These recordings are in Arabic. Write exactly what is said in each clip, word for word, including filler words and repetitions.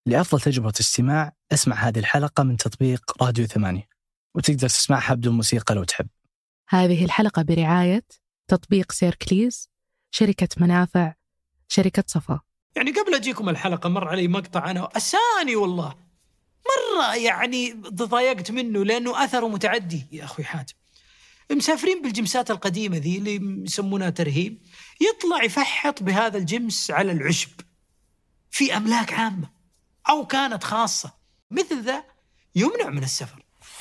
لأفضل تجربة استماع اسمع هذه الحلقة من تطبيق راديو ثمانية، وتقدر تسمعها بدون موسيقى لو تحب. هذه الحلقة برعاية تطبيق سيركليز، شركة منافع، شركة صفا. يعني قبل أجيكم الحلقة مر علي مقطع أنا أساني والله مرة يعني ضايقت منه لأنه أثره متعدي يا أخوي حاتم. مسافرين بالجمسات القديمة ذي اللي يسمونها ترهيب، يطلع يفحط بهذا الجمس على العشب في أملاك عامة أو كانت خاصة، مثل ذا يمنع من السفر.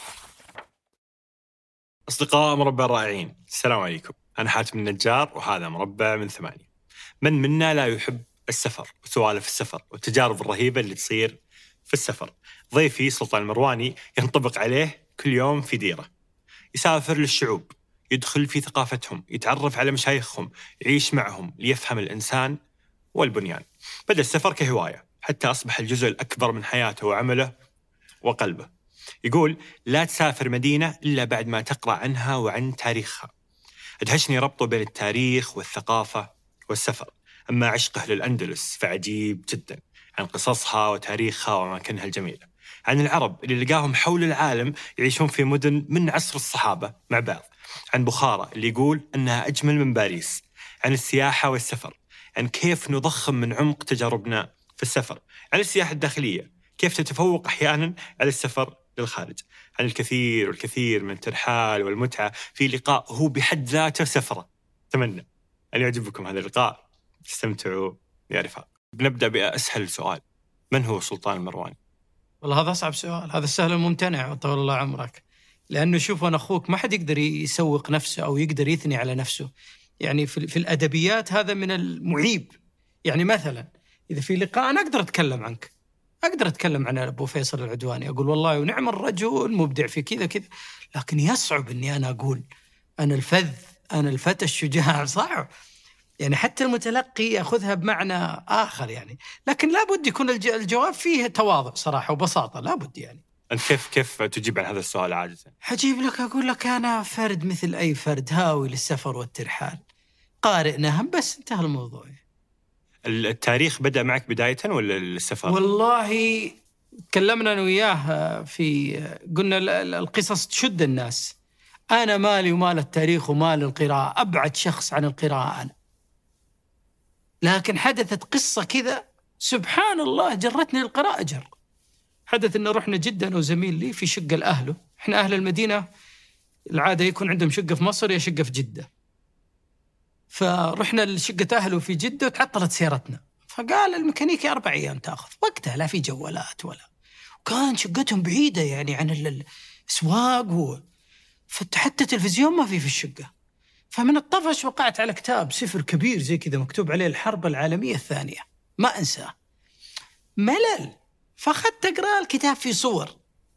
أصدقاء مربع الرائعين، السلام عليكم. أنا حاتم النجار وهذا مربع من ثمانية. من منا لا يحب السفر وسوالف السفر والتجارب الرهيبة اللي تصير في السفر؟ ضيفي سلطان المرواني ينطبق عليه كل يوم في ديرة، يسافر للشعوب، يدخل في ثقافتهم، يتعرف على مشايخهم، يعيش معهم ليفهم الإنسان والبنيان. بدأ السفر كهواية حتى أصبح الجزء الأكبر من حياته وعمله وقلبه. يقول لا تسافر مدينة إلا بعد ما تقرأ عنها وعن تاريخها. أدهشني ربطه بين التاريخ والثقافة والسفر. أما عشقه للأندلس فعجيب جدا، عن قصصها وتاريخها وأماكنها الجميلة، عن العرب اللي لقاهم حول العالم يعيشون في مدن من عصر الصحابة مع بعض، عن بخارى اللي يقول أنها أجمل من باريس، عن السياحة والسفر، عن كيف نضخم من عمق تجاربنا في السفر، عن السياحة الداخلية كيف تتفوق أحيانا على السفر للخارج، عن الكثير والكثير من الترحال والمتعة في لقاء هو بحد ذاته سفرة. أتمنى أن يعجبكم هذا اللقاء، تستمتعوا يا رفاق. بنبدأ بأسهل سؤال، من هو سلطان المرواني؟ والله هذا أصعب سؤال، هذا السهل الممتنع طول الله عمرك، لأنه شوف أنا أخوك ما حد يقدر يسوق نفسه أو يقدر يثني على نفسه. يعني في, في الأدبيات هذا من المعيب. يعني مثلا إذا في لقاء أنا أقدر أتكلم عنك، أقدر أتكلم عن أبو فيصل العدواني، أقول والله ونعم الرجل مبدع في كذا كذا، لكن يصعب أني أنا أقول أنا الفذ، أنا الفتى الشجاع، صعب. يعني حتى المتلقي يأخذها بمعنى آخر يعني، لكن لابد يكون الجواب فيه تواضع صراحة وبساطة، لابد يعني. أنت كيف كيف تجيب عن هذا السؤال عاجزا؟ حجيب لك أقول لك أنا فرد مثل أي فرد، هاوي للسفر والترحال، قارئ نهم، بس انتهى الموضوع. التاريخ بدأ معك بداية ولا السفر؟ والله تكلمنا أنا وياه في قلنا القصص تشد الناس. أنا مالي ومال التاريخ ومال القراءة، أبعد شخص عن القراءة أنا، لكن حدثت قصة كذا سبحان الله جرتني القراءة جر. حدث إنه رحنا جدة أنا وزميل لي في شقة لأهله، إحنا أهل المدينة العادة يكون عندهم شقة في مصر يا شقة في جدة، فرحنا لشقة أهله في جدة وتعطلت سيارتنا، فقال الميكانيكي أربع أيام تأخذ. وقتها لا في جوالات ولا، وكان شقتهم بعيدة يعني عن الأسواق، و... فحتى تلفزيون ما في في الشقة. فمن الطفش وقعت على كتاب سفر كبير زي كذا مكتوب عليه الحرب العالمية الثانية، ما أنساه، ملل. فأخذت أقرأ الكتاب في صور،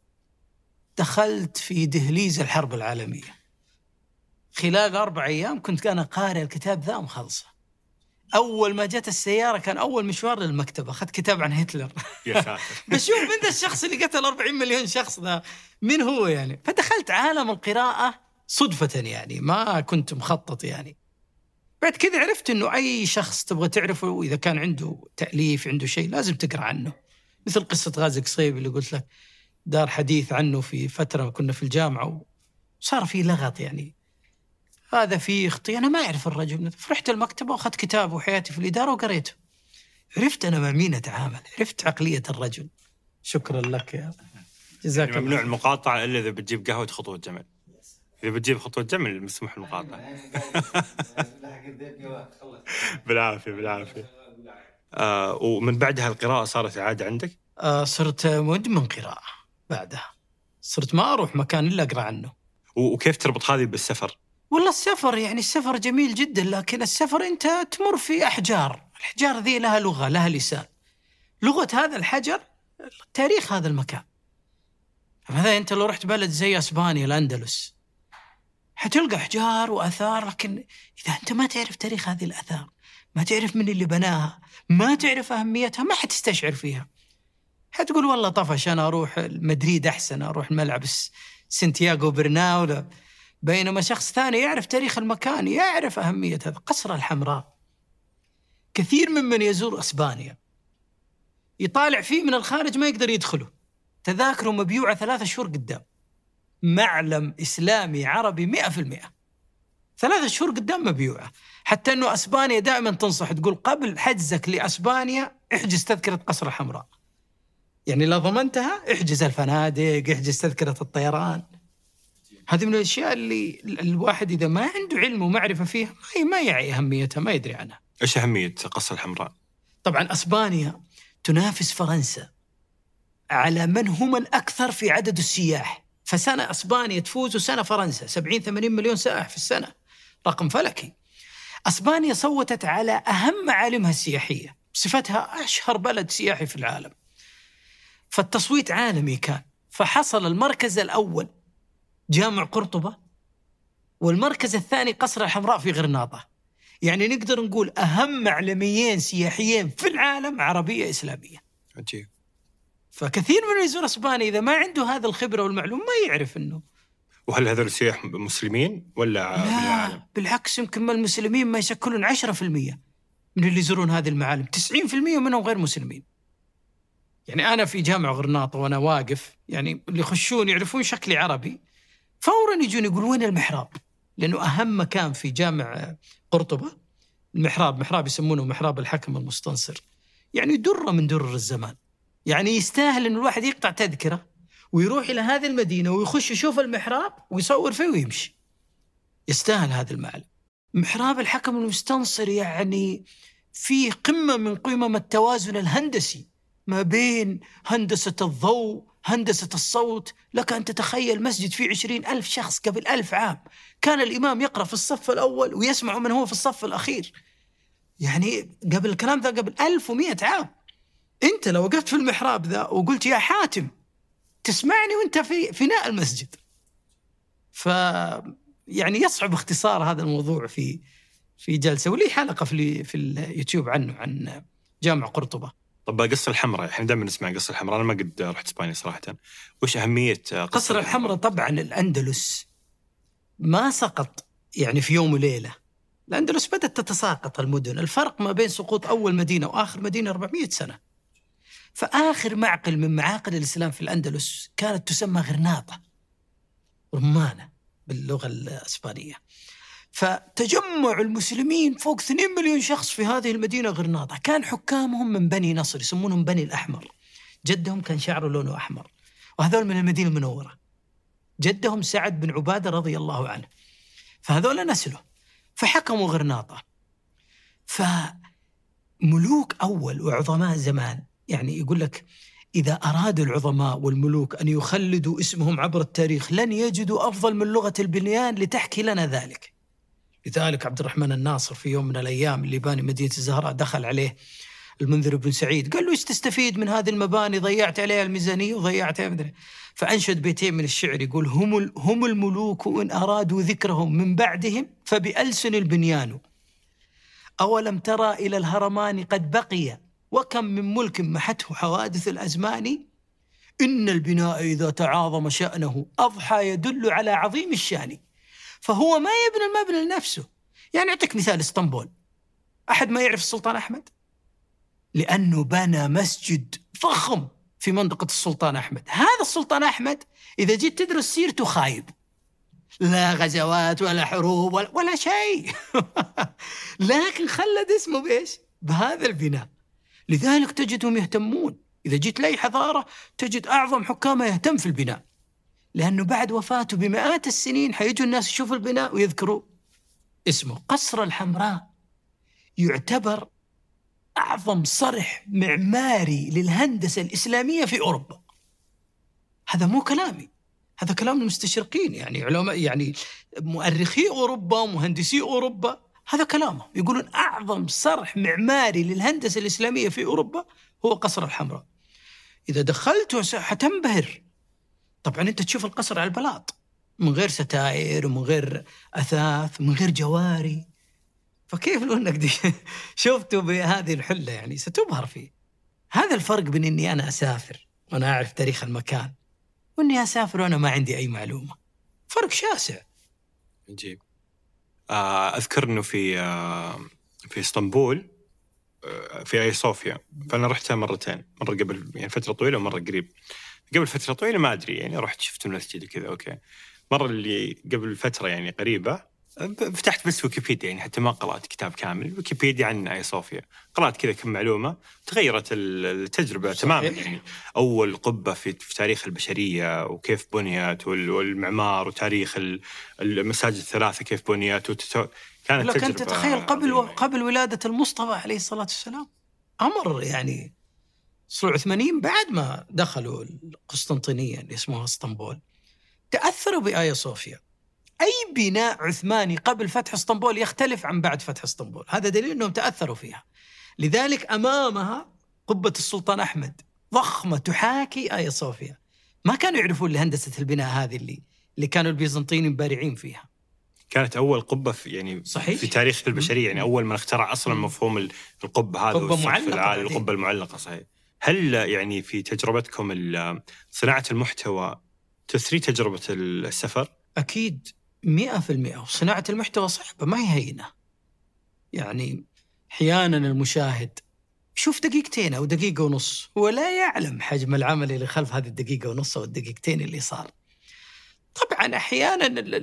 دخلت في دهليز الحرب العالمية. خلال أربع أيام كنت أنا قارئ الكتاب ذا مخلصة. أول ما جت السيارة كان أول مشوار للمكتبة، أخذت كتاب عن هتلر. يا ساتر. بشوف من ذا الشخص اللي قتل أربعين مليون شخص ذا، من هو يعني؟ فدخلت عالم القراءة صدفة يعني، ما كنت مخطط يعني. بعد كذا عرفت إنه أي شخص تبغى تعرفه وإذا كان عنده تأليف عنده شيء لازم تقرأ عنه، مثل قصة غازي قصيب اللي قلت لك دار حديث عنه في فترة كنا في الجامعة وصار فيه لغط يعني، هذا فيه اختي أنا ما أعرف الرجل. فرحت المكتبة وأخذت كتاب وحياتي في الإدارة وقريته، عرفت أنا مع مين أتعامل، عرفت عقلية الرجل. شكرا لك يا جزاك يعني ممنوع المقاطعة إلا إذا بتجيب قهوة خطوة جمل، إذا بتجيب خطوة جمل مسموح المقاطعة. بالعافية بالعافية. آه ومن بعدها القراءة صارت عادة عندك؟ آه صرت مدمن قراءة بعدها، صرت ما أروح مكان إلا أقرأ عنه. وكيف تربط هذه بالسفر؟ والله السفر يعني السفر جميل جدا، لكن السفر أنت تمر في أحجار، الأحجار ذي لها لغة لها لسان، لغة هذا الحجر تاريخ هذا المكان. فماذا أنت لو رحت بلد زي أسبانيا الأندلس حتلقى أحجار وأثار، لكن إذا أنت ما تعرف تاريخ هذه الأثار، ما تعرف من اللي بناها، ما تعرف أهميتها، ما حتستشعر فيها. حتقول والله طفش أنا أروح مدريد أحسن، أروح الملعب سانتياغو برناو. بينما شخص ثاني يعرف تاريخ المكان، يعرف أهمية هذا. قصر الحمراء، كثير ممن يزور أسبانيا يطالع فيه من الخارج ما يقدر يدخله، تذاكره مبيوعة ثلاثة شهور قدام. معلم إسلامي عربي مئة في المئة ثلاثة شهور قدام مبيوعة. حتى أنه أسبانيا دائما تنصح تقول قبل حجزك لأسبانيا احجز تذكرة قصر الحمراء، يعني لا ضمنتها احجز الفنادق، احجز تذكرة الطيران. هذه من الأشياء اللي الواحد إذا ما عنده علم ومعرفة فيها ما يعي أهميتها، ما يدري عنها. إيش أهمية قصر الحمراء؟ طبعا أسبانيا تنافس فرنسا على من هم الأكثر في عدد السياح، فسنة أسبانيا تفوز وسنة فرنسا، سبعين ثمانين مليون سائح في السنة، رقم فلكي. أسبانيا صوتت على أهم معالمها السياحية، صفتها أشهر بلد سياحي في العالم، فالتصويت عالمي كان. فحصل المركز الأول جامع قرطبة، والمركز الثاني قصر الحمراء في غرناطة. يعني نقدر نقول أهم معلميين سياحيين في العالم عربية إسلامية. عجيب. فكثير من يزور أسبانيا إذا ما عنده هذا الخبرة والمعلومة ما يعرف إنه. وهل هذول السياح مسلمين ولا بالعالم؟ بالعكس، يمكن ما المسلمين ما يشكلون عشرة في المية من اللي يزورون هذه المعالم، تسعين في المية منهم غير مسلمين. يعني أنا في جامع غرناطة وأنا واقف، يعني اللي يخشون يعرفون شكلي عربي فورا يجون يقولون وين المحراب، لأنه أهم مكان في جامع قرطبة المحراب. محراب يسمونه محراب الحكم المستنصر، يعني درة من درر الزمان. يعني يستاهل أن الواحد يقطع تذكرة ويروح إلى هذه المدينة ويخش يشوف المحراب ويصور فيه ويمشي. يستاهل هذا المعلم. محراب الحكم المستنصر يعني فيه قمة من قمم التوازن الهندسي ما بين هندسة الضوء، هندسة الصوت. لك أن تتخيل مسجد فيه عشرين ألف شخص قبل ألف عام، كان الإمام يقرأ في الصف الأول ويسمع من هو في الصف الأخير. يعني قبل الكلام ذا قبل ألف ومئة عام. أنت لو وقفت في المحراب ذا وقلت يا حاتم تسمعني وأنت في فناء المسجد. ف يعني يصعب اختصار هذا الموضوع في في جلسة، ولي حلقة في في اليوتيوب عنه، عن جامع قرطبة. طب قصر الحمراء، احنا دائما نسمع قصر الحمراء، أنا ما قد رحت إسبانيا صراحة. وش أهمية قصر, قصر الحمراء؟ طبعا الأندلس ما سقط يعني في يوم وليلة. الأندلس بدأت تتساقط المدن، الفرق ما بين سقوط أول مدينة وآخر مدينة أربعمائة سنة. فآخر معقل من معاقل الإسلام في الأندلس كانت تسمى غرناطة، رمانة باللغة الإسبانية. فتجمع المسلمين فوق اثنين مليون شخص في هذه المدينة غرناطة. كان حكامهم من بني نصر، يسمونهم بني الأحمر. جدهم كان شعره لونه أحمر، وهذول من المدينة المنورة. جدهم سعد بن عبادة رضي الله عنه، فهذول نسله. فحكموا غرناطة. فملوك أول وعظماء زمان، يعني يقول لك إذا أراد العظماء والملوك أن يخلدوا اسمهم عبر التاريخ لن يجدوا أفضل من لغة البنيان لتحكي لنا ذلك. لذلك عبد الرحمن الناصر في يوم من الأيام اللي باني مدينة الزهراء دخل عليه المنذر بن سعيد قال له إيش تستفيد من هذه المباني؟ ضيعت عليها الميزانية وضيعتها مدري. فأنشد بيتين من الشعر يقول هم هم الملوك إن أرادوا ذكرهم من بعدهم فبألسن البنيان. أولم ترى إلى الهرمان قد بقي وكم من ملك محته حوادث الأزمان. إن البناء إذا تعاظم شأنه أضحى يدل على عظيم الشان. فهو ما يبني المبنى لنفسه. يعني أعطيك مثال اسطنبول، أحد ما يعرف السلطان أحمد لأنه بنى مسجد ضخم في منطقة السلطان أحمد. هذا السلطان أحمد إذا جيت تدرس سيرته خايب، لا غزوات ولا حروب ولا, ولا شيء لكن خلد اسمه بإيش؟ بهذا البناء. لذلك تجدهم يهتمون. إذا جيت لأي حضارة تجد أعظم حكامه يهتم في البناء، لأنه بعد وفاته بمئات السنين حيجوا الناس يشوفوا البناء ويذكروا اسمه. قصر الحمراء يعتبر أعظم صرح معماري للهندسة الإسلامية في أوروبا. هذا مو كلامي، هذا كلام المستشرقين، يعني علماء، يعني مؤرخي أوروبا ومهندسي أوروبا، هذا كلامهم. يقولون أعظم صرح معماري للهندسة الإسلامية في أوروبا هو قصر الحمراء. إذا دخلته حتنبهر. طبعا أنت تشوف القصر على البلاط من غير ستائر ومن غير أثاث ومن غير جواري، فكيف لو أنك دي شفته بهذه الحلة يعني ستبهر فيه. هذا الفرق بين أني أنا أسافر وأنا أعرف تاريخ المكان وأني أسافر وأنا ما عندي أي معلومة. فرق شاسع. عجيب. أذكر أنه في في اسطنبول في آيا صوفيا، فأنا رحتها مرتين، مرة قبل يعني فترة طويلة ومرة قريب. قبل فترة طويلة ما أدري يعني رحت شفت المسجد وكذا أوكي. مرة اللي قبل فترة يعني قريبة فتحت بس ويكيبيديا، يعني حتى ما قرأت كتاب كامل، ويكيبيديا عن آيا صوفيا، قرأت كذا كم معلومة، تغيرت التجربة تماما. يعني أول قبة في, في تاريخ البشرية وكيف بنيت، والمعمار وتاريخ المساجد الثلاثة كيف بنيت، وتتو... كانت تجربة. كنت تتخيل قبل و... قبل ولادة المصطفى عليه الصلاة والسلام أمر يعني صلوا العثمانيين بعد ما دخلوا القسطنطينية اللي اسمها اسطنبول تأثروا بآيا صوفيا. أي بناء عثماني قبل فتح اسطنبول يختلف عن بعد فتح اسطنبول، هذا دليل أنهم تأثروا فيها. لذلك أمامها قبة السلطان أحمد ضخمة تحاكي آيا صوفيا. ما كانوا يعرفون لهندسة البناء هذه اللي اللي كانوا البيزنطيين بارعين فيها. كانت أول قبة في يعني صحيح. في تاريخ البشرية، يعني أول ما اخترع أصلا مفهوم القبة هذا، قبة معلقة، القبة المعلقة. صحيح. هل يعني في تجربتكم صناعة المحتوى تثري تجربة السفر؟ أكيد مئة في المئة. وصناعة المحتوى صعبة ما هي هينة. يعني أحيانا المشاهد شوف دقيقتين أو دقيقة ونص، هو لا يعلم حجم العمل اللي خلف هذه الدقيقة ونص أو الدقيقتين اللي صار. طبعا أحيانا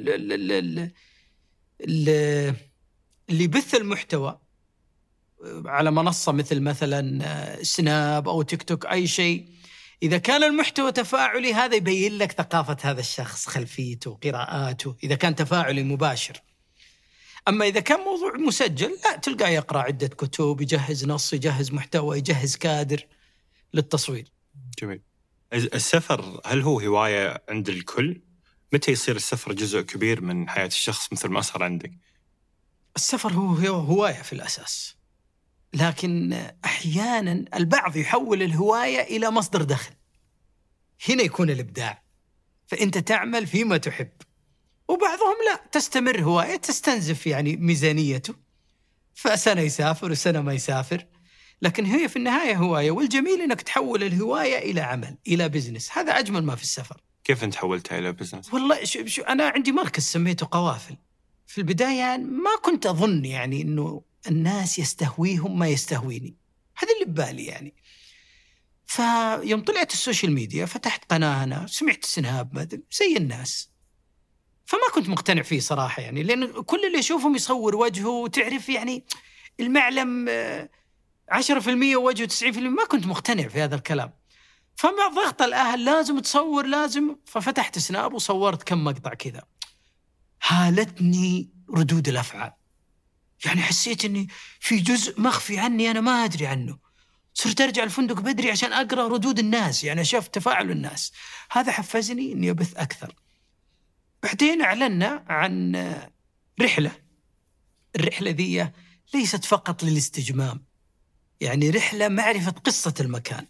اللي بث المحتوى على منصة مثل مثلا سناب أو تيك توك أي شيء، إذا كان المحتوى تفاعلي هذا يبين لك ثقافة هذا الشخص، خلفيته، قراءاته، إذا كان تفاعلي مباشر. أما إذا كان موضوع مسجل لا، تلقاه يقرأ عدة كتب، يجهز نص، يجهز محتوى، يجهز كادر للتصوير. جميل. السفر هل هو هواية عند الكل؟ متى يصير السفر جزء كبير من حياة الشخص مثل ما صار عندك؟ السفر هو هواية في الأساس، لكن أحيانا البعض يحول الهواية إلى مصدر دخل. هنا يكون الإبداع، فأنت تعمل فيما تحب. وبعضهم لا، تستمر هواية تستنزف يعني ميزانيته، فسنة يسافر وسنة ما يسافر، لكن هي في النهاية هواية. والجميل أنك تحول الهواية إلى عمل، إلى بزنس. هذا أجمل ما في السفر. كيف أنت حولتها إلى بزنس؟ والله شو شو أنا عندي مركز سميته قوافل. في البداية ما كنت أظن يعني أنه الناس يستهويهم ما يستهويني، هذا اللي ببالي يعني. فيوم طلعت السوشيال ميديا فتحت قناة، أنا سمعت سناب ما زي الناس، فما كنت مقتنع فيه صراحة يعني، لأن كل اللي يشوفهم يصور وجهه وتعرف يعني المعلم عشرة في المية وجهه تسعين في المية. ما كنت مقتنع في هذا الكلام. فمع ضغط الأهل لازم تصور لازم، ففتحت سناب وصورت كم مقطع كذا. هالتني ردود الأفعال، يعني حسيت أني في جزء مخفي عني أنا ما أدري عنه. صرت أرجع الفندق بدري عشان أقرأ ردود الناس، يعني أشوف تفاعل الناس. هذا حفزني أني أبث أكثر. بعدين أعلنا عن رحلة. الرحلة ذي ليست فقط للاستجمام، يعني رحلة معرفة قصة المكان.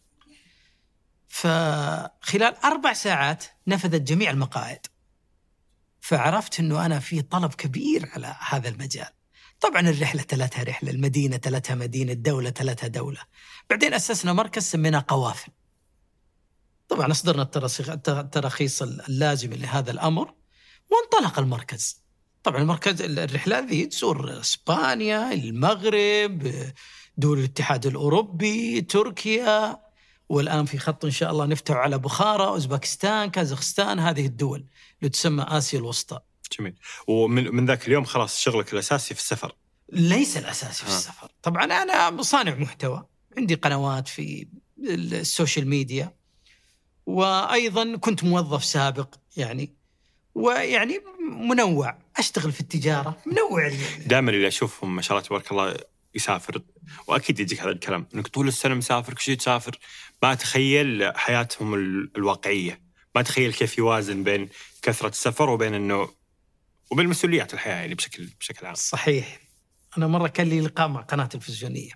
فخلال أربع ساعات نفذت جميع المقاعد، فعرفت أنه أنا في طلب كبير على هذا المجال. طبعا الرحلة تلتها رحلة، المدينة تلتها مدينة، الدولة تلتها دولة. بعدين أسسنا مركز سميناه قوافل. طبعا أصدرنا التراخيص اللازمة لهذا الأمر وانطلق المركز. طبعا المركز الرحلات ذي تزور إسبانيا، المغرب، دول الاتحاد الأوروبي، تركيا، والآن في خط إن شاء الله نفتح على بخارى، أوزبكستان، كازاخستان، هذه الدول اللي تسمى آسيا الوسطى. جميل. ومن من ذاك اليوم خلاص شغلك الأساسي في السفر؟ ليس الأساسي في ها. السفر. طبعا أنا صانع محتوى، عندي قنوات في السوشيال ميديا، وأيضا كنت موظف سابق يعني، ويعني منوع، أشتغل في التجارة، منوع. دائما اللي أشوفهم ما شاء الله تبارك الله يسافر، وأكيد يجيك هذا الكلام إنك طول السنة مسافر، كل شيء تسافر، ما أتخيل حياتهم الواقعية، ما أتخيل كيف يوازن بين كثرة السفر وبين إنه وبين مسؤوليات الحياة يعني بشكل بشكل عام. صحيح. أنا مرة كان لي لقاء مع قناة تلفزيونية.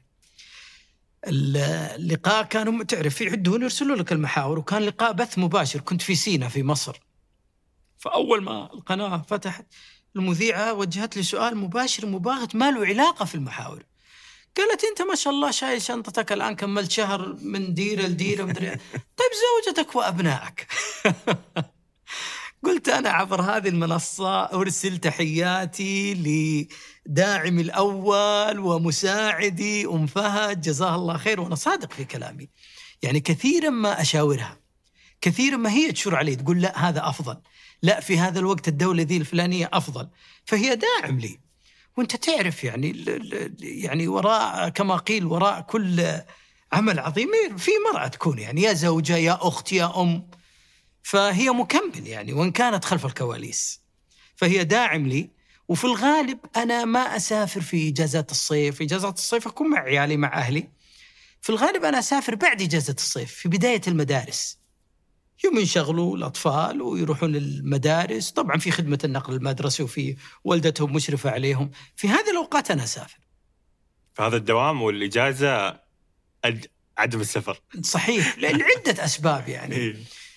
اللقاء كانوا تعرف يعدون يرسلوا لك المحاور، وكان لقاء بث مباشر. كنت في سينا في مصر. فأول ما القناة فتحت المذيعة وجهت لي سؤال مباشر مباغت ما له علاقة في المحاور. قالت أنت ما شاء الله شايل شنطتك الآن كملت شهر من ديرة لديرة مدري. طيب زوجتك وأبنائك؟ قلت أنا عبر هذه المنصة أرسل تحياتي لداعم الأول ومساعدي أم فهد جزاها الله خير، وأنا صادق في كلامي. يعني كثيرا ما أشاورها، كثيرا ما هي تشور علي تقول لا هذا أفضل، لا في هذا الوقت الدولة ذي الفلانية أفضل، فهي داعم لي. وانت تعرف يعني يعني وراء كما قيل وراء كل عمل عظيم في مرأة تكون يعني يا زوجة يا أخت يا أم، فهي مكمل يعني وإن كانت خلف الكواليس، فهي داعم لي. وفي الغالب أنا ما أسافر في إجازات الصيف، في إجازات الصيف أكون مع عيالي مع أهلي. في الغالب أنا أسافر بعد إجازة الصيف في بداية المدارس، يوم ينشغلوا الأطفال ويروحون المدارس، طبعا في خدمة النقل المدرسي وفي والدتهم مشرفة عليهم، في هذه الأوقات أنا أسافر. فهذا الدوام والإجازة عدم السفر صحيح لعدة أسباب. يعني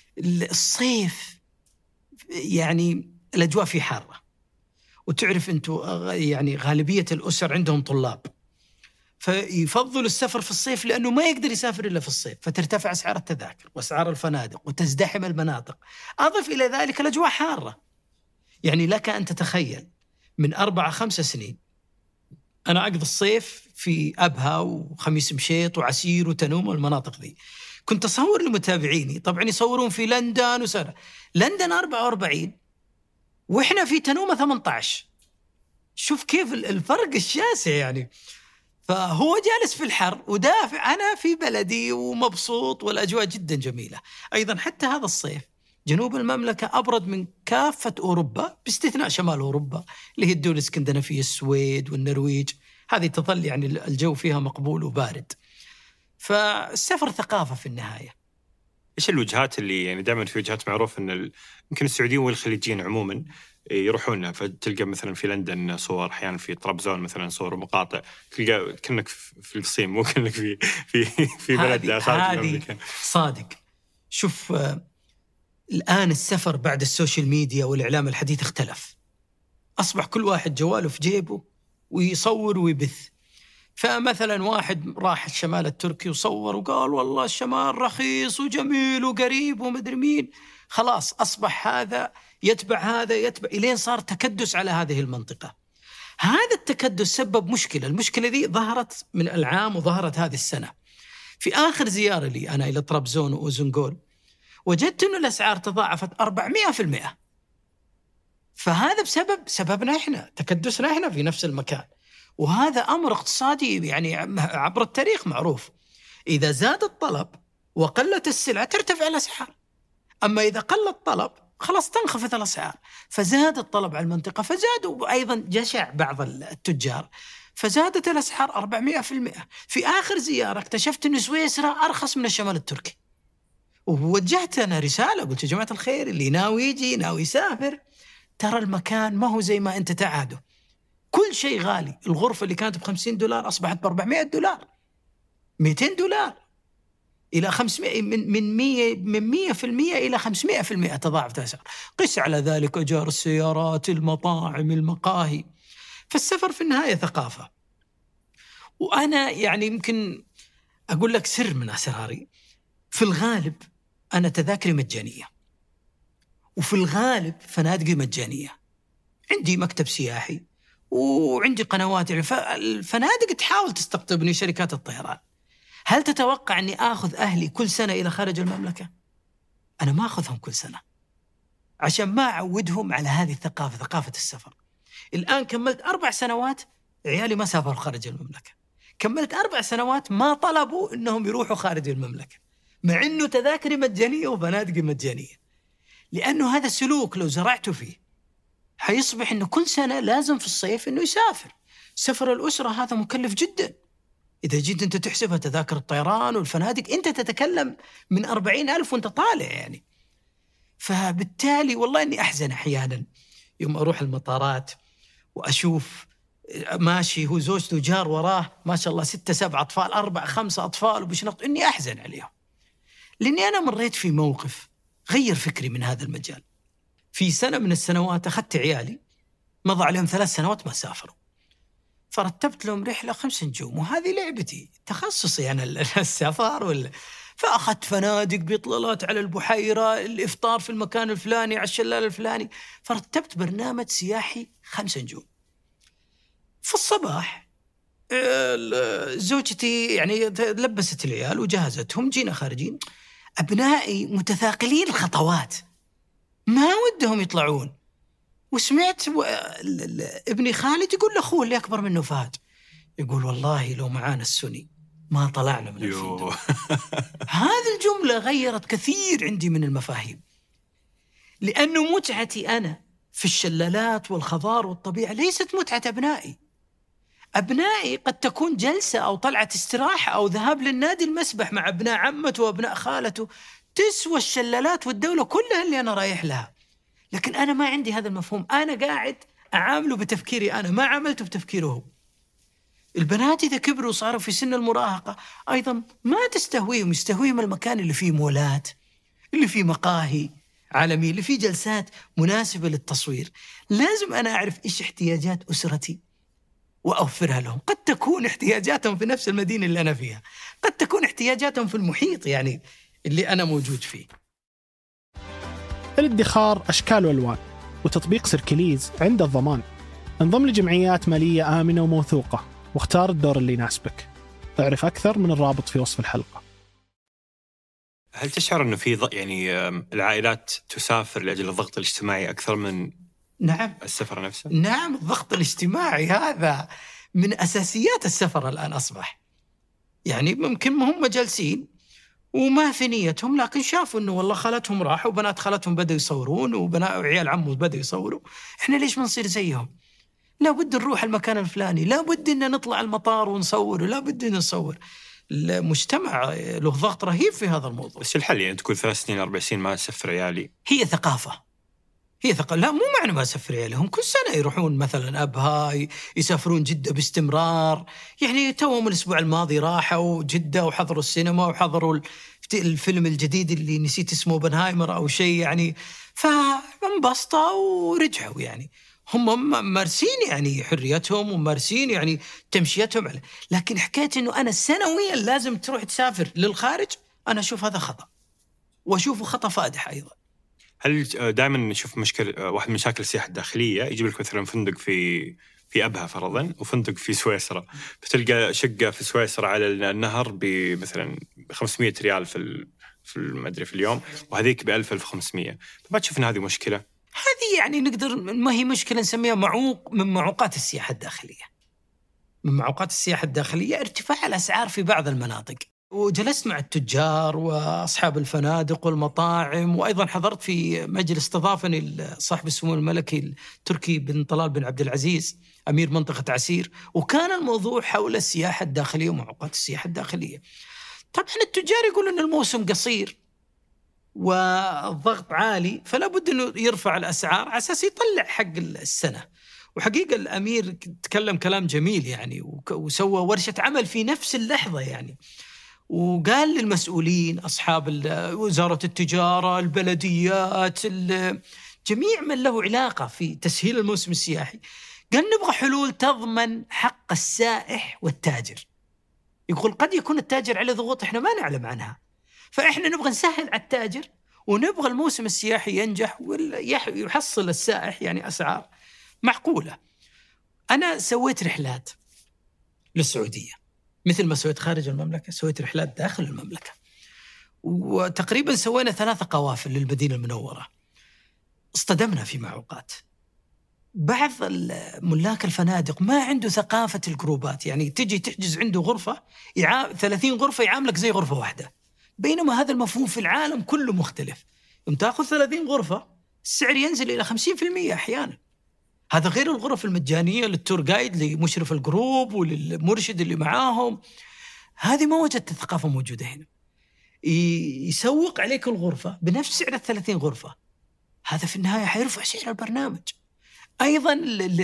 الصيف يعني الأجواء فيه حارة، وتعرف أنتوا يعني غالبية الأسر عندهم طلاب، فيفضل السفر في الصيف لأنه ما يقدر يسافر إلا في الصيف، فترتفع أسعار التذاكر وأسعار الفنادق وتزدحم المناطق. أضف إلى ذلك الأجواء حارة. يعني لك أن تتخيل من أربعة خمسة سنين أنا أقضي الصيف في أبها وخميس مشيط وعسير وتنوم والمناطق ذي. كنت أصور لمتابعيني طبعا يصورون في لندن وسنة لندن أربعة وأربعين وإحنا في تنومة ثمانية عشر. شوف كيف الفرق الشاسع يعني. فهو جالس في الحر ودافع، أنا في بلدي ومبسوط والأجواء جدا جميلة. أيضا حتى هذا الصيف جنوب المملكة أبرد من كافة أوروبا باستثناء شمال أوروبا اللي هي الدول الاسكندنافية، السويد والنرويج، هذه تظل يعني الجو فيها مقبول وبارد. فالسفر ثقافة في النهاية. إيش الوجهات اللي يعني دائما في وجهات معروف إن ال... يمكن السعوديين والخليجيين عموما يروحون، فتلقى مثلا في لندن صور، أحيانا في طرابزون مثلا صور ومقاطع، تلقى كأنك في الصين مو كأنك في في في بلد خارج المملكة. صادق. شوف آه الآن السفر بعد السوشيال ميديا والإعلام الحديث اختلف، أصبح كل واحد جواله في جيبه ويصور ويبث. فمثلا واحد راح الشمال التركي وصور وقال والله الشمال رخيص وجميل وقريب ومدري مين، خلاص أصبح هذا يتبع هذا يتبع، إلين صار تكدس على هذه المنطقة. هذا التكدس سبب مشكلة. المشكلة ذي ظهرت من العام وظهرت هذه السنة. في آخر زيارة لي أنا إلى طرابزون وأوزنغول وجدت أن الأسعار تضاعفت أربعمائة بالمئة. فهذا بسبب سببنا إحنا، تكدسنا إحنا في نفس المكان. وهذا أمر اقتصادي يعني عبر التاريخ معروف، إذا زاد الطلب وقلت السلعة ترتفع الأسعار، أما إذا قل الطلب خلاص تنخفض الأسعار. فزاد الطلب على المنطقة فزادوا أيضا جشع بعض التجار فزادت الأسعار أربعمائة بالمئة. في آخر زيارة اكتشفت أن سويسرا أرخص من الشمال التركي، ووجهت أنا رسالة قلت يا جماعة الخير اللي ناوي يجي ناوي يسافر ترى المكان ما هو زي ما أنت تعاده، كل شيء غالي. الغرفة اللي كانت بخمسين دولار أصبحت بأربعمائة دولار، مئتين دولار، إلى خمسمائة، من من مية من مية في المية إلى خمسمائة في المية تضاعفت الأسعار. قس على ذلك أجار السيارات، المطاعم، المقاهي. فالسفر في النهاية ثقافة. وأنا يعني يمكن أقول لك سر من أسراري، في الغالب أنا تذاكري مجانية، وفي الغالب فنادقي مجانية. عندي مكتب سياحي وعندي قنوات، الفنادق تحاول تستقطبني شركات الطيران. هل تتوقع أني آخذ أهلي كل سنة إلى خارج المملكة؟ أنا ما أخذهم كل سنة عشان ما أعودهم على هذه الثقافة، ثقافة السفر. الآن كملت أربع سنوات عيالي ما سافروا خارج المملكة، كملت أربع سنوات ما طلبوا أنهم يروحوا خارج المملكة، مع أنه تذاكري مجانية وفنادقي مجانية. لأنه هذا سلوك لو زرعته فيه حيصبح أنه كل سنة لازم في الصيف أنه يسافر. سفر الأسرة هذا مكلف جدا، إذا جيت أنت تحسبها تذاكر الطيران والفنادق أنت تتكلم من أربعين ألف وأنت طالع يعني. فبالتالي والله أني أحزن أحيانا يوم أروح المطارات وأشوف ماشي هو زوجته جار وراه ما شاء الله ستة سبع أطفال، أربع خمسة أطفال وبشنط، إني أحزن عليهم. لأني أنا مريت في موقف غير فكري من هذا المجال. في سنة من السنوات أخذت عيالي، مضى عليهم ثلاث سنوات ما سافروا، فرتبت لهم رحلة خمس نجوم، وهذه لعبتي تخصصي أنا السفر وال... فأخذت فنادق بإطلالات على البحيرة، الإفطار في المكان الفلاني على الشلال الفلاني، فرتبت برنامج سياحي خمس نجوم. في الصباح زوجتي يعني لبست العيال وجهزتهم، جينا خارجين، أبنائي متثاقلين الخطوات ما ودهم يطلعون، وسمعت و... ابني خالد يقول لأخوه اللي أكبر منه فهد، يقول والله لو معانا السني ما طلعنا من الفندق. هذه الجملة غيرت كثير عندي من المفاهيم، لأنه متعتي أنا في الشلالات والخضار والطبيعة ليست متعة أبنائي. أبنائي قد تكون جلسة أو طلعة استراحة أو ذهاب للنادي المسبح مع أبناء عمته وأبناء خالته تسوى الشلالات والدولة كلها اللي أنا رايح لها. لكن أنا ما عندي هذا المفهوم، أنا قاعد أعامله بتفكيري أنا، ما عملته بتفكيره هو. البنات إذا كبروا وصاروا في سن المراهقة أيضا ما تستهويهم، يستهويهم المكان اللي فيه مولات، اللي فيه مقاهي عالمية، اللي فيه جلسات مناسبة للتصوير. لازم أنا أعرف إيش احتياجات أسرتي وأوفرها لهم. قد تكون احتياجاتهم في نفس المدينة اللي أنا فيها، قد تكون احتياجاتهم في المحيط يعني اللي أنا موجود فيه. الادخار أشكال وألوان، وتطبيق سيركليز عنده الضمان. انضم لجمعيات مالية آمنة وموثوقة واختار الدور اللي يناسبك. اعرف أكثر من الرابط في وصف الحلقة. هل تشعر أنه في ض... يعني العائلات تسافر لأجل الضغط الاجتماعي أكثر من نعم السفر نفسه؟ نعم، الضغط الاجتماعي هذا من أساسيات السفر الآن أصبح. يعني ممكن هم جالسين وما في نيتهم، لكن شافوا أنه والله خالتهم راحوا وبنات خالتهم بدأوا يصورون وبنات وعيال عمو بدأوا يصوروا، إحنا ليش ما نصير زيهم؟ لا بد نروح المكان الفلاني، لا بد أن نطلع المطار ونصور، لا بد أن نصور. المجتمع له ضغط رهيب في هذا الموضوع. بس الحل يعني تقول ثلاث سنين أربع سنين ما أسفر عيالي، هي ثقافة، هي ثقافة. لا مو معنى ما أسفر عيالهم، كل سنة يروحون مثلا أبها، يسافرون جدة باستمرار. يعني توهم الأسبوع الماضي راحوا جدة وحضروا السينما وحضروا الفيلم الجديد اللي نسيت اسمه بنهايمر أو شيء يعني، فانبسطوا ورجعوا. يعني هم مارسين يعني حريتهم ومارسين يعني تمشيتهم على. لكن حكاية إنه أنا سنويا لازم تروح تسافر للخارج، أنا أشوف هذا خطأ، وأشوفه خطأ فادح أيضا. هل دائما نشوف مشكلة واحد من مشاكل السياحة الداخلية يجيب لك مثلا فندق في في أبها فرضا وفندق في سويسرا، فتلقى شقة في سويسرا على النهر بمثلا خمسمية ريال في ال... في المدري في اليوم، وهذيك بألف ألف وخمسمية. فما تشوف إن هذه مشكلة؟ هذه يعني نقدر، ما هي مشكلة، نسميها معوق من معوقات السياحة الداخلية. من معوقات السياحة الداخلية ارتفاع الأسعار في بعض المناطق. وجلست مع التجار وأصحاب الفنادق والمطاعم، وأيضا حضرت في مجلس استضافني صاحب السمو الملكي التركي بن طلال بن عبد العزيز أمير منطقة عسير، وكان الموضوع حول السياحة الداخلية ومعوقات السياحة الداخلية. طبعا التجار يقولون أن الموسم قصير والضغط عالي، فلا بد أنه يرفع الأسعار على أساس يطلع حق السنة. وحقيقة الأمير تكلم كلام جميل يعني، وسوى ورشة عمل في نفس اللحظة يعني، وقال للمسؤولين أصحاب وزارة التجارة، البلديات، جميع من له علاقة في تسهيل الموسم السياحي، قال نبغى حلول تضمن حق السائح والتاجر. يقول قد يكون التاجر عليه ضغوط إحنا ما نعلم عنها، فإحنا نبغى نسهل على التاجر، ونبغى الموسم السياحي ينجح ويحصل السائح يعني أسعار معقولة. أنا سويت رحلات للسعودية مثل ما سويت خارج المملكة، سويت رحلات داخل المملكة، وتقريبا سوينا ثلاثة قوافل للمدينة المنورة. اصطدمنا في معوقات. بعض ملاك الفنادق ما عنده ثقافة الجروبات، يعني تجي تحجز عنده غرفة يعام ثلاثين غرفة يعاملك زي غرفة واحدة، بينما هذا المفهوم في العالم كله مختلف. يوم تأخذ ثلاثين غرفة السعر ينزل إلى خمسين بالمئة أحيانا. هذا غير الغرف المجانية للتور جايد لمشرف الجروب وللمرشد اللي معاهم. هذه ما وجدت الثقافة موجودة هنا. يسوق عليك الغرفة بنفس سعر الثلاثين غرفة، هذا في النهاية حيرفع سعر البرنامج. أيضا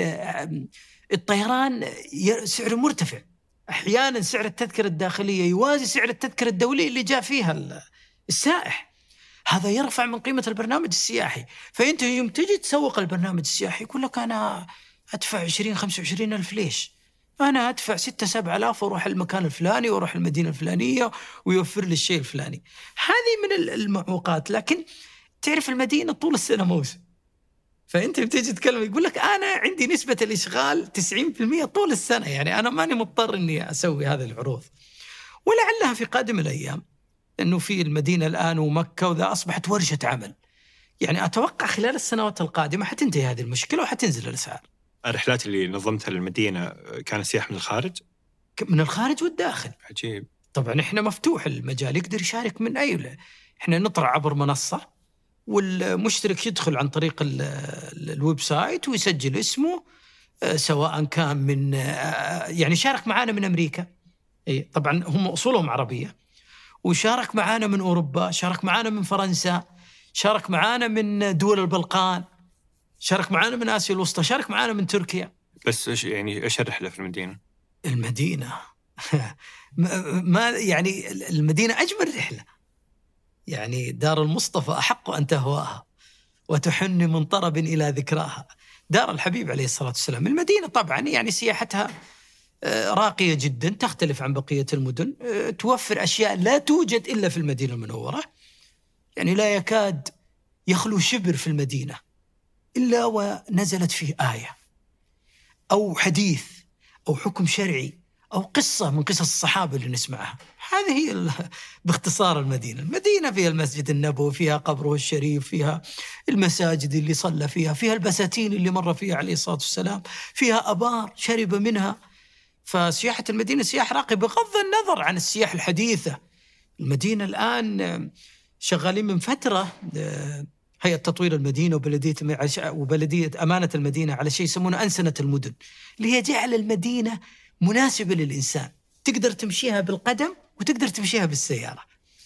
الطيران سعره مرتفع، أحيانا سعر التذكرة الداخلية يوازي سعر التذكرة الدولية اللي جاء فيها السائح، هذا يرفع من قيمة البرنامج السياحي. فأنت يوم تجي تسوق البرنامج السياحي يقول لك أنا أدفع عشرين خمسة وعشرين ألف، ليش؟ أنا أدفع ستة سبعة آلاف وأروح المكان الفلاني وأروح المدينة الفلانية ويوفر لي الشيء الفلاني. هذه من المعوقات. لكن تعرف المدينة طول السنة موسم، فأنت بتيجي تتكلم يقول لك أنا عندي نسبة الإشغال تسعين بالمئة طول السنة، يعني أنا ماني مضطر إني أسوي هذه العروض. ولعلها في قادم الأيام أنه في المدينة الآن ومكة وذا أصبحت ورشة عمل، يعني أتوقع خلال السنوات القادمة حتنتهي هذه المشكلة وحتنزل الأسعار. الرحلات اللي نظمتها للمدينة كان سياح من الخارج؟ من الخارج والداخل. عجيب. طبعا إحنا مفتوح المجال، يقدر يشارك من أي، إحنا نطلع عبر منصة والمشترك يدخل عن طريق الويب سايت ويسجل اسمه، سواء كان من يعني شارك معانا من أمريكا، أي طبعا هم أصولهم عربية، وشارك معانا من أوروبا، شارك معانا من فرنسا، شارك معانا من دول البلقان، شارك معانا من آسيا الوسطى، شارك معانا من تركيا. بس إيش يعني إيش الرحلة في المدينة؟ المدينة ما يعني المدينة أجمل رحلة، يعني دار المصطفى أحق أن تهواها وتحن من طرب إلى ذكراها، دار الحبيب عليه الصلاة والسلام. المدينة طبعا يعني سياحتها راقية جدا، تختلف عن بقية المدن، توفر أشياء لا توجد إلا في المدينة المنورة، يعني لا يكاد يخلو شبر في المدينة إلا ونزلت فيه آية أو حديث أو حكم شرعي أو قصة من قصص الصحابة اللي نسمعها. هذه هي باختصار المدينة. المدينة فيها المسجد النبوي، فيها قبره الشريف، فيها المساجد اللي صلى فيها، فيها البساتين اللي مر فيها عليه الصلاة والسلام، فيها أبار شرب منها. فسياحة المدينة سياحة راقية بغض النظر عن السياحة الحديثة. المدينة الآن شغالين من فترة هيئة تطوير المدينة وبلدية وبلدية أمانة المدينة على شيء يسمونه أنسنة المدن، اللي هي جعل المدينة مناسبة للإنسان، تقدر تمشيها بالقدم وتقدر تمشيها بالسيارة.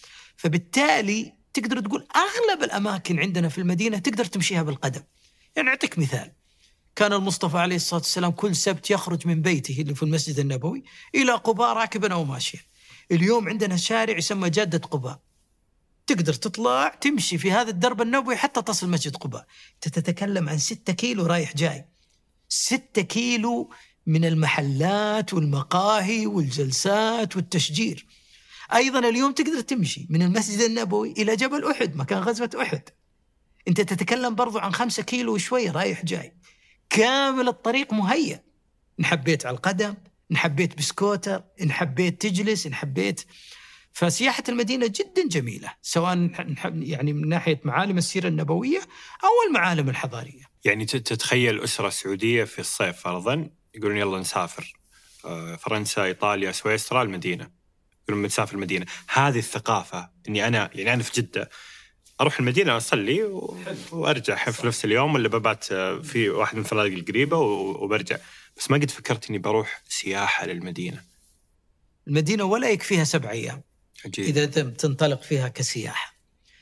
فبالتالي تقدر تقول أغلب الأماكن عندنا في المدينة تقدر تمشيها بالقدم. يعني أعطيك مثال، كان المصطفى عليه الصلاة والسلام كل سبت يخرج من بيته اللي في المسجد النبوي إلى قباء راكبا أو ماشيا. اليوم عندنا شارع يسمى جادة قباء، تقدر تطلع تمشي في هذا الدرب النبوي حتى تصل مسجد قباء. تتكلم عن ستة كيلو رايح جاي، ستة كيلو من المحلات والمقاهي والجلسات والتشجير. أيضا اليوم تقدر تمشي من المسجد النبوي إلى جبل أحد مكان غزوة أحد، أنت تتكلم برضو عن خمسة كيلو وشوية رايح جاي، كامل الطريق مهيأ. إن حبيت على القدم، إن حبيت بسكوتر، إن حبيت تجلس، إن حبيت. فسياحة المدينة جدا جميلة، سواء يعني من ناحية معالم السيرة النبوية أو المعالم الحضارية. يعني تتخيل أسرة سعودية في الصيف فرضا يقولون يلا نسافر فرنسا، إيطاليا، سويسرا، المدينة، يقولون بنسافر المدينة. هذه الثقافة إني أنا يعني أنا في جدة أروح المدينة أصلي وأرجع في نفس اليوم، ولا ببات في واحد من الفنادق القريبة وبرجع. بس ما قد فكرت إني بروح سياحة للمدينة. المدينة ولا يكفيها سبع أيام عجيب. إذا تنطلق فيها كسياحة.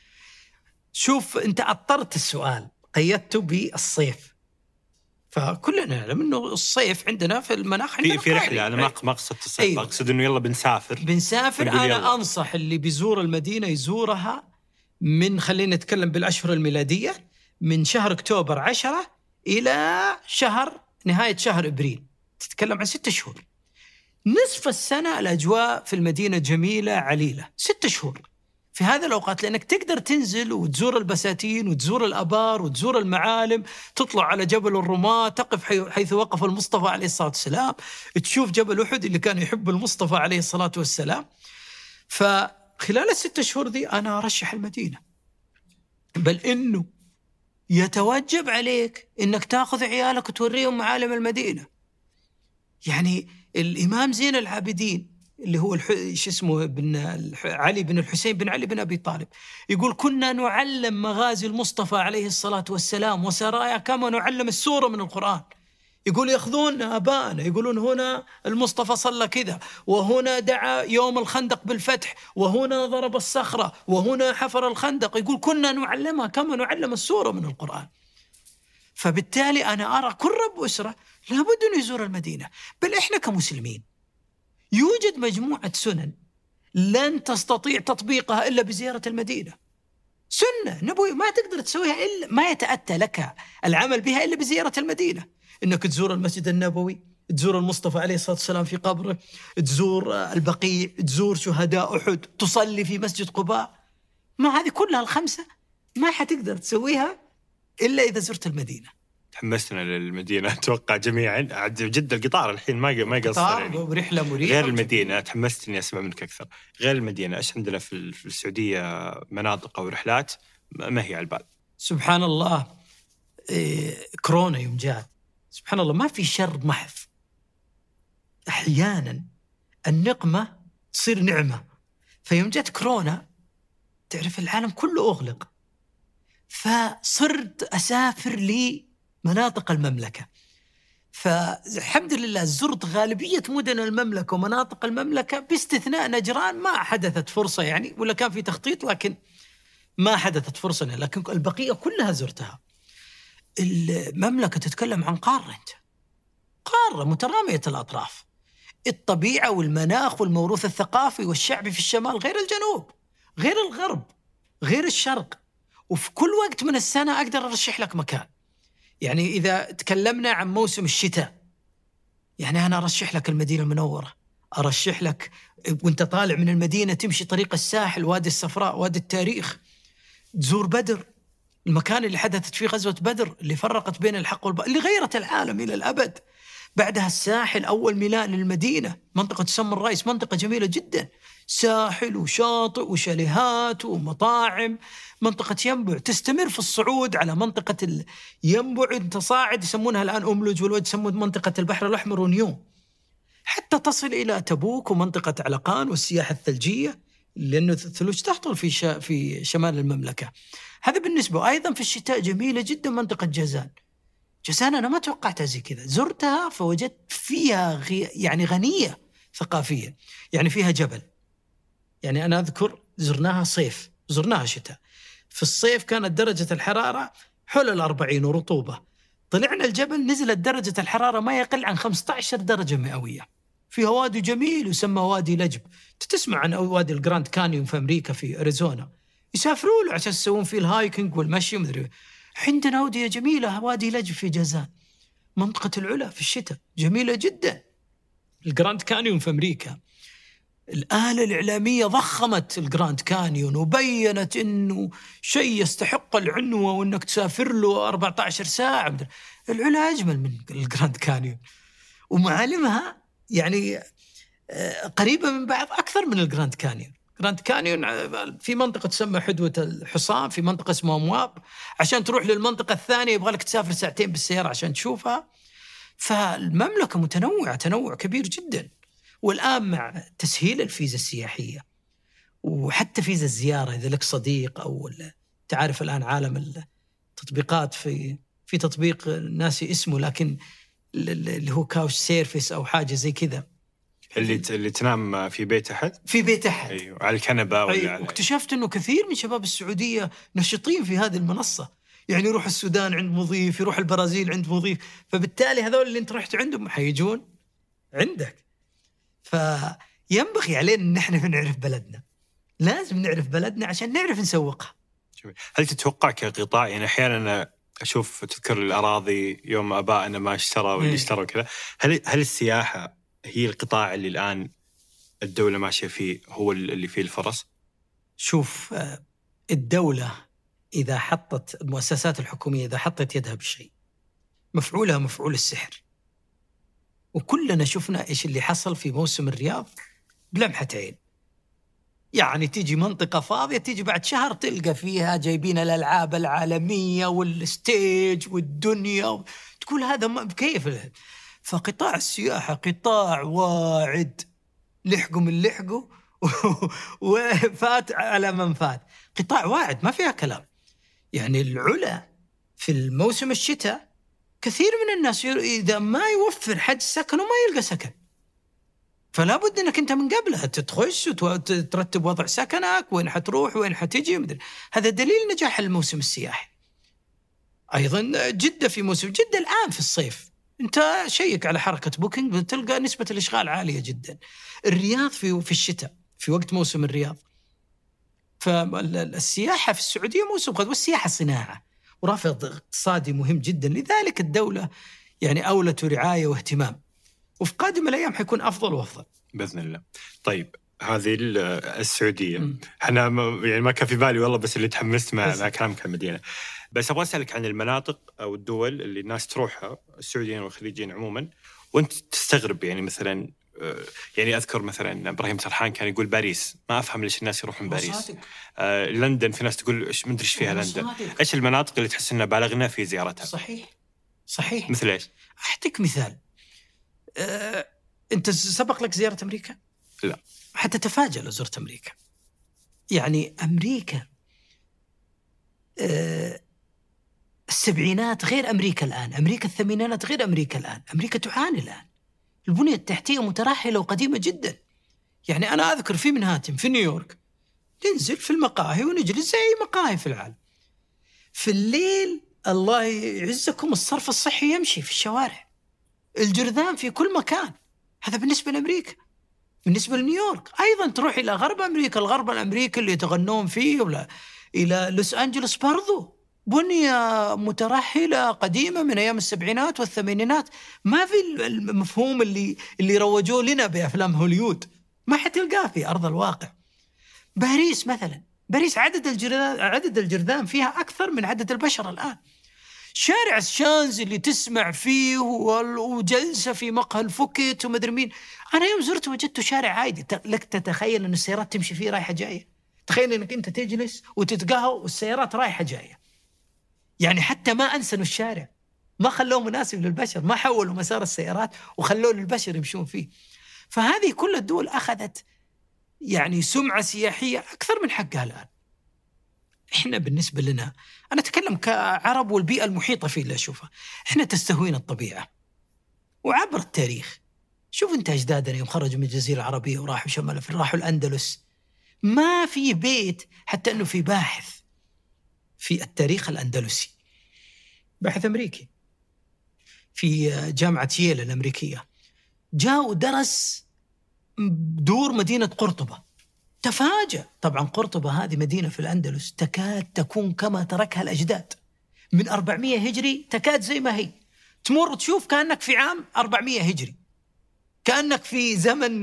شوف أنت أطرت السؤال، قيدته بالصيف، فكلنا نعلم إنه الصيف عندنا في المناخ في في رحلة. أنا ما ما قصدت الصيف، أيوة. أقصد إنه يلا بنسافر بنسافر. أنا يلا. أنصح اللي بيزور المدينة يزورها من، خلينا نتكلم بالأشهر الميلادية، من شهر أكتوبر عشرة إلى شهر نهاية شهر إبريل، تتكلم عن ستة شهور. نصف السنة الأجواء في المدينة جميلة عليلة، ستة شهور في هذا الأوقات، لأنك تقدر تنزل وتزور البساتين وتزور الأبار وتزور المعالم، تطلع على جبل الرماة، تقف حيث وقف المصطفى عليه الصلاة والسلام، تشوف جبل أحد اللي كان يحب المصطفى عليه الصلاة والسلام. فخلال الستة شهور دي أنا أرشح المدينة، بل إنه يتوجب عليك إنك تأخذ عيالك وتوريهم معالم المدينة. يعني الإمام زين العابدين اللي هو الح... شو اسمه بن الح... علي بن الحسين بن علي بن أبي طالب يقول كنا نعلم مغازي المصطفى عليه الصلاة والسلام وسرايا كما نعلم السورة من القرآن. يقول يأخذون آباءنا يقولون هنا المصطفى صلى كذا، وهنا دعا يوم الخندق بالفتح، وهنا ضرب الصخرة، وهنا حفر الخندق. يقول كنا نعلمها كما نعلم السورة من القرآن. فبالتالي أنا أرى كل رب أسرة لابد أن يزور المدينة. بل إحنا كمسلمين يوجد مجموعة سنن لن تستطيع تطبيقها إلا بزيارة المدينة. سنة نبوية ما تقدر تسويها إلا، ما يتأتى لك العمل بها إلا بزيارة المدينة. إنك تزور المسجد النبوي، تزور المصطفى عليه الصلاة والسلام في قبره، تزور البقيع، تزور شهداء أحد، تصلي في مسجد قباء. ما هذه كلها الخمسة ما حتقدر تسويها إلا إذا زرت المدينة. تحمسنا للمدينة أتوقع جميعا. جد القطار الحين ما ما يقصر يعني. ورحلة مريحة. غير المدينة تحمست إني أسمع منك أكثر. غير المدينة إيش عندنا في في السعودية مناطق أو رحلات ما هي على البال؟ سبحان الله، إيه كورونا يوم جاء سبحان الله ما في شر محض. أحيانا النقمة تصير نعمة. فيوم جت كورونا تعرف العالم كله أغلق، فصرت أسافر لمناطق المملكة. فالحمد لله زرت غالبية مدن المملكة ومناطق المملكة باستثناء نجران ما حدثت فرصة يعني، ولا كان في تخطيط لكن ما حدثت فرصة، لكن البقية كلها زرتها. المملكة تتكلم عن قارة، انت قارة مترامية الأطراف. الطبيعة والمناخ والموروث الثقافي والشعبي في الشمال غير الجنوب، غير الغرب، غير الشرق. وفي كل وقت من السنة أقدر أرشح لك مكان. يعني إذا تكلمنا عن موسم الشتاء، يعني أنا أرشح لك المدينة المنورة، أرشح لك وانت طالع من المدينة تمشي طريق الساحل، وادي الصفراء، وادي التاريخ، تزور بدر، المكان اللي حدثت فيه غزوة بدر اللي فرقت بين الحق والباطل، اللي غيرت العالم إلى الأبد. بعدها الساحل، أول ميلاء للمدينة، منطقة سم الرئيس، منطقة جميلة جدا، ساحل وشاطئ وشاليهات ومطاعم. منطقة ينبع تستمر في الصعود على منطقة ينبع، انت صاعد يسمونها الآن أملج، والوجه يسمون منطقة البحر الأحمر ونيوم، حتى تصل إلى تبوك ومنطقة علقان والسياحة الثلجية، لأنه الثلوج تهطل في في شمال المملكة. هذا بالنسبة. أيضا في الشتاء جميلة جدا منطقة جازان. جازان أنا ما توقعتها زي كذا، زرتها فوجدت فيها غي... يعني غنية ثقافيا، يعني فيها جبل. يعني أنا أذكر زرناها صيف، زرناها شتاء. في الصيف كانت درجة الحرارة حول الأربعين ورطوبة، طلعنا الجبل نزلت درجة الحرارة ما يقل عن خمسة عشر درجة مئوية. فيها وادي جميل يسمى وادي لجب، تسمع عن وادي الجراند كانيون في أمريكا في أريزونا، يسافروا له عشان يسوون فيه الهايكنج والمشي ومدري. عندنا أودية جميلة وادي لجب في جازان، منطقة العلا في الشتاء جميلة جدا. الجراند كانيون في أمريكا، الآلة الإعلامية ضخمت الجراند كانيون وبينت إنه شيء يستحق العنوة وإنك تسافر له أربعة عشر ساعة. العلا أجمل من الجراند كانيون، ومعالمها يعني قريبة من بعض أكثر من الجراند كانيون. جراند كانيون في منطقة تسمى حدوة الحصان، في منطقة اسمها مواب، عشان تروح للمنطقة الثانية يبغى لك تسافر ساعتين بالسيارة عشان تشوفها. فالمملكة متنوعة تنوع كبير جدا. والآن مع تسهيل الفيزا السياحية وحتى فيزا الزيارة إذا لك صديق أو تعرف الآن عالم التطبيقات، في في تطبيق ناسي اسمه لكن اللي هو كاوش سيرفيس أو حاجة زي كذا، اللي اللي تنام في بيت أحد في بيت أحد أيوه على الكنبة ولا أيوه. واكتشفت إنه كثير من شباب السعودية نشطين في هذه المنصة، يعني يروح السودان عند مضيف، يروح البرازيل عند مضيف، فبالتالي هذول اللي انت رحت عندهم حيجون عندك. فينبغي علينا ان احنا نعرف بلدنا، لازم نعرف بلدنا عشان نعرف نسوقها. هل تتوقع كقطاع، يعني احيانا اشوف تذكر الاراضي يوم ابائنا ما اشتروا واللي اشتروا كذا، هل هل السياحه هي القطاع اللي الان الدوله ماشيه فيه هو اللي فيه الفرص؟ شوف، الدوله اذا حطت، المؤسسات الحكوميه اذا حطت يدها بالشيء مفعولها مفعول السحر. وكلنا شفنا إيش اللي حصل في موسم الرياض بلمحة عين. يعني تيجي منطقة فاضية، تيجي بعد شهر تلقى فيها جايبين الألعاب العالمية والستيج والدنيا، تقول هذا كيف؟ فقطاع السياحة قطاع واعد، لحقوا من لحقوا وفات على من فات، قطاع واعد ما فيها كلام. يعني العلا في الموسم الشتاء كثير من الناس إذا ما يوفر حجز سكن وما يلقى سكن، فلا بد أنك أنت من قبلها تتخش وترتب وضع سكنك، وين حتروح وين حتجي. هذا دليل نجاح الموسم السياحي. أيضا جدة في موسم جدة الآن في الصيف، أنت شيك على حركة بوكينج تلقى نسبة الإشغال عالية جدا. الرياض في في الشتاء في وقت موسم الرياض. فالسياحة في السعودية موسم قد، والسياحة صناعة ورافد اقتصادي مهم جدا، لذلك الدولة يعني أولت رعاية واهتمام. وفي قادم الأيام حيكون أفضل وأفضل بإذن الله. طيب هذه السعودية احنا يعني ما كان في بالي والله، بس اللي تحمست مع, مع كلامك عن المدينة. بس أبغى أسألك عن المناطق أو الدول اللي الناس تروحها، السعوديين والخليجيين عموما، وأنت تستغرب. يعني مثلا يعني أذكر مثلا إبراهيم سرحان كان يقول باريس، ما أفهم ليش الناس يروحون باريس. آه لندن في ناس تقول إيش مدري إيش فيها لندن. إيش المناطق اللي تحس إننا بالغنا في زيارتها؟ صحيح صحيح. مثل إيش؟ أعطيك مثال. أه، أنت سبق لك زيارة أمريكا؟ لا. حتى تفاجأ لو زرت أمريكا. يعني أمريكا أه السبعينات غير أمريكا الآن، أمريكا الثمانينات غير أمريكا الآن. أمريكا تعاني الآن، البنية التحتية مترهلة وقديمة جدا. يعني أنا أذكر في منهاتم في نيويورك ننزل في المقاهي ونجلس زي مقاهي في العالم. في الليل الله يعزكم الصرف الصحي يمشي في الشوارع، الجرذان في كل مكان. هذا بالنسبة لأمريكا. بالنسبة لنيويورك أيضا تروح إلى غرب أمريكا، الغرب الأمريكي اللي يتغنون فيه، ولا إلى لوس أنجلوس برضو بنية مترهلة قديمة من أيام السبعينات والثمانينات. ما في المفهوم اللي اللي روجوه لنا بأفلام هوليود، ما حتلقاه في أرض الواقع. باريس مثلا، باريس عدد الجرذان عدد الجرذان فيها أكثر من عدد البشر الآن. شارع الشانز اللي تسمع فيه وجلسة في مقهى الفوكيت ومدري مين. أنا يوم زرت وجدته شارع عادي، لك تتخيل أن السيارات تمشي فيه رايحة جاية. تخيل أنك أنت تجلس وتتقهوى والسيارات رايحة جاية. يعني حتى ما أنسنوا الشارع، ما خلوه مناسب للبشر، ما حولوا مسار السيارات وخلوه للبشر يمشون فيه. فهذه كل الدول أخذت يعني سمعة سياحية أكثر من حقها الآن. إحنا بالنسبة لنا، أنا أتكلم كعرب والبيئة المحيطة فيه اللي أشوفها، إحنا تستهوين الطبيعة. وعبر التاريخ شوف أنت أجدادنا يوم خرجوا من الجزيرة العربية وراحوا شمال، راحوا الأندلس، ما في بيت حتى أنه في باحث في التاريخ الأندلسي، باحث أمريكي في جامعة ييل الأمريكية، جاء ودرس دور مدينة قرطبة. تفاجأ. طبعا قرطبة هذه مدينة في الأندلس تكاد تكون كما تركها الأجداد من أربعمائة هجري، تكاد زي ما هي. تمر تشوف كأنك في عام أربعمائة هجري، كأنك في زمن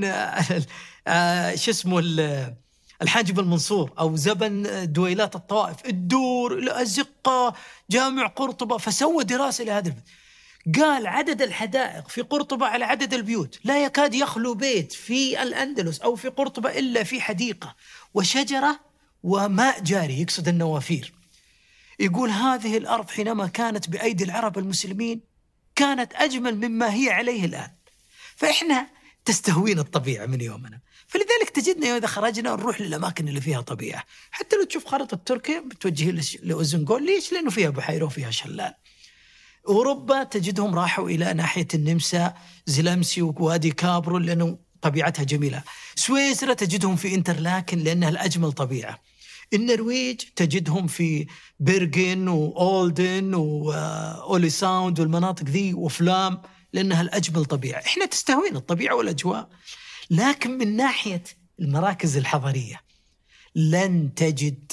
شو اسمه الحاجب المنصور أو زمن دويلات الطوائف. الدور الأزقة جامع قرطبة. فسوى دراسة لهذا البيت، قال عدد الحدائق في قرطبة على عدد البيوت، لا يكاد يخلو بيت في الأندلس أو في قرطبة إلا في حديقة وشجرة وماء جاري، يقصد النوافير. يقول هذه الأرض حينما كانت بأيدي العرب المسلمين كانت أجمل مما هي عليه الآن. فإحنا تستهوين الطبيعة من يومنا، فلذلك تجدنا إذا خرجنا نروح للأماكن اللي فيها طبيعة. حتى لو تشوف خارطة تركيا بتوجه لأوزنغول، ليش؟ لأنه فيها بحيرة وفيها شلال. أوروبا تجدهم راحوا إلى ناحية النمسا، زلمسي ووادي كابرو لأنه طبيعتها جميلة. سويسرا تجدهم في إنترلاكن لأنها الأجمل طبيعة. النرويج تجدهم في بيرغن وأولدن وأولي ساوند والمناطق ذي وفلام لأنها الأجمل طبيعة. إحنا تستهوين الطبيعة والأجواء، لكن من ناحية المراكز الحضرية لن تجد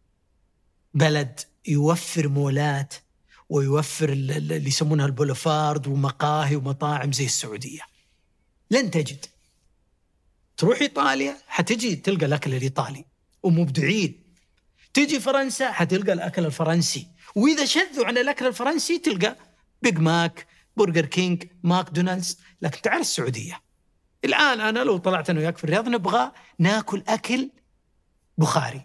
بلد يوفر مولات ويوفر اللي يسمونها البولفارد ومقاهي ومطاعم زي السعودية. لن تجد. تروح إيطاليا حتجي تلقى الأكل الإيطالي ومبدعين. تجي فرنسا حتلقى الأكل الفرنسي، وإذا شذوا عن الأكل الفرنسي تلقى بيج ماك، برجر كينج، ماكدونالدز. لكن تعال السعودية الآن، أنا لو طلعت أنا وياك في الرياض نبغى ناكل أكل بخاري،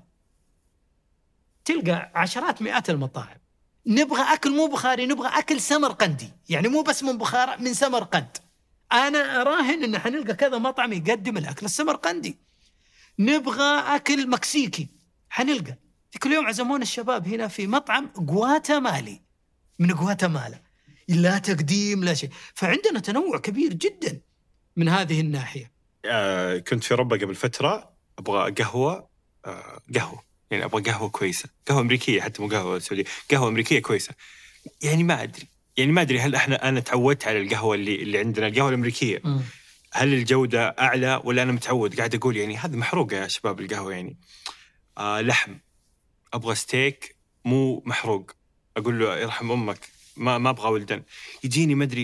تلقى عشرات مئات المطاعم. نبغى أكل مو بخاري، نبغى أكل سمرقندي، يعني مو بس من بخارى، من سمرقند. أنا أراهن إن حنلقى كذا مطعم يقدم الأكل السمرقندي. نبغى أكل مكسيكي، حنلقى. في كل يوم عزمون الشباب هنا في مطعم غواتمالي من غواتمالا، لا تقديم لا شيء. فعندنا تنوع كبير جدا من هذه الناحية. آه كنت في أوروبا قبل فترة، أبغى قهوة آه قهوة يعني أبغى قهوة كويسة، قهوة أمريكية حتى مو قهوة سعودية، قهوة أمريكية كويسة. يعني ما أدري يعني ما أدري هل إحنا أنا تعودت على القهوة اللي اللي عندنا القهوة الأمريكية م. هل الجودة أعلى ولا أنا متعود قاعد أقول يعني هذا محروق يا شباب القهوة يعني آه لحم، أبغى ستيك مو محروق، أقول له يرحم أمك ما ما أبغى ولدن. يجيني ما أدري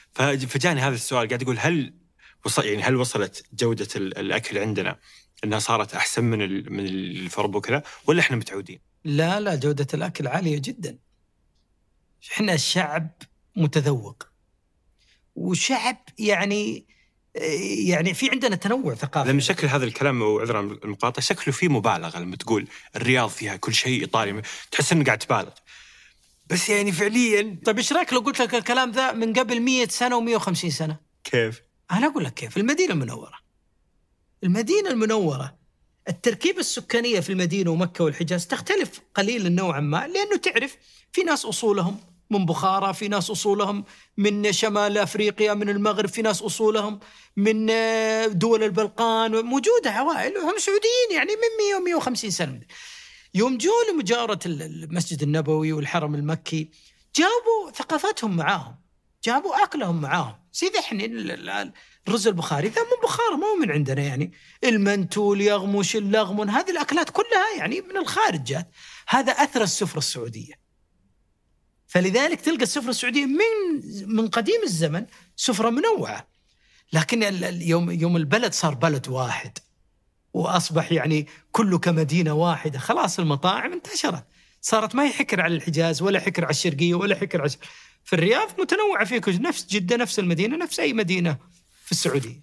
فجاني هذا السؤال قاعد يقول هل وصل يعني هل وصلت جودة الأكل عندنا أنها صارت أحسن من ال من الفرب وكذا ولا إحنا متعودين؟ لا لا جودة الأكل عالية جدا. إحنا الشعب متذوق وشعب يعني يعني في عندنا تنوع ثقافي. لما شكل هذا الكلام وعذرا المقاطعة شكله فيه مبالغة لما تقول الرياض فيها كل شيء إيطالي تحس إنه قاعد تبالغ بس يعني فعليا. طيب إيش رأيك لو قلت لك الكلام ذا من قبل مية سنة ومية وخمسين سنة؟ كيف؟ أنا أقول لك كيف. المدينة المنورة المدينة المنورة التركيبة السكانية في المدينة ومكة والحجاز تختلف قليلا نوعا ما، لأنه تعرف في ناس أصولهم من بخارى، في ناس أصولهم من شمال أفريقيا من المغرب، في ناس أصولهم من دول البلقان، موجودة عوائل وهم سعوديين يعني من مية ومية وخمسين سنة. يوم جو لمجاورة المسجد النبوي والحرم المكي جابوا ثقافتهم معاهم، جابوا أكلهم معاهم. سيدي احنا الرز البخاري ذا من بخارى ما هو من عندنا، يعني المنتو اليغمش اللغمن هذه الأكلات كلها يعني من الخارج جات. هذا أثر السفرة السعودية. فلذلك تلقى السفرة السعودية من من قديم الزمن سفرة منوعة. لكن اليوم يوم البلد صار بلد واحد وأصبح يعني كله كمدينة واحدة، خلاص المطاعم انتشرت، صارت ما هي حكر على الحجاز ولا حكر على الشرقية ولا حكر على في الرياض، متنوعة فيك نفس جدة نفس المدينة نفس أي مدينة في السعودية.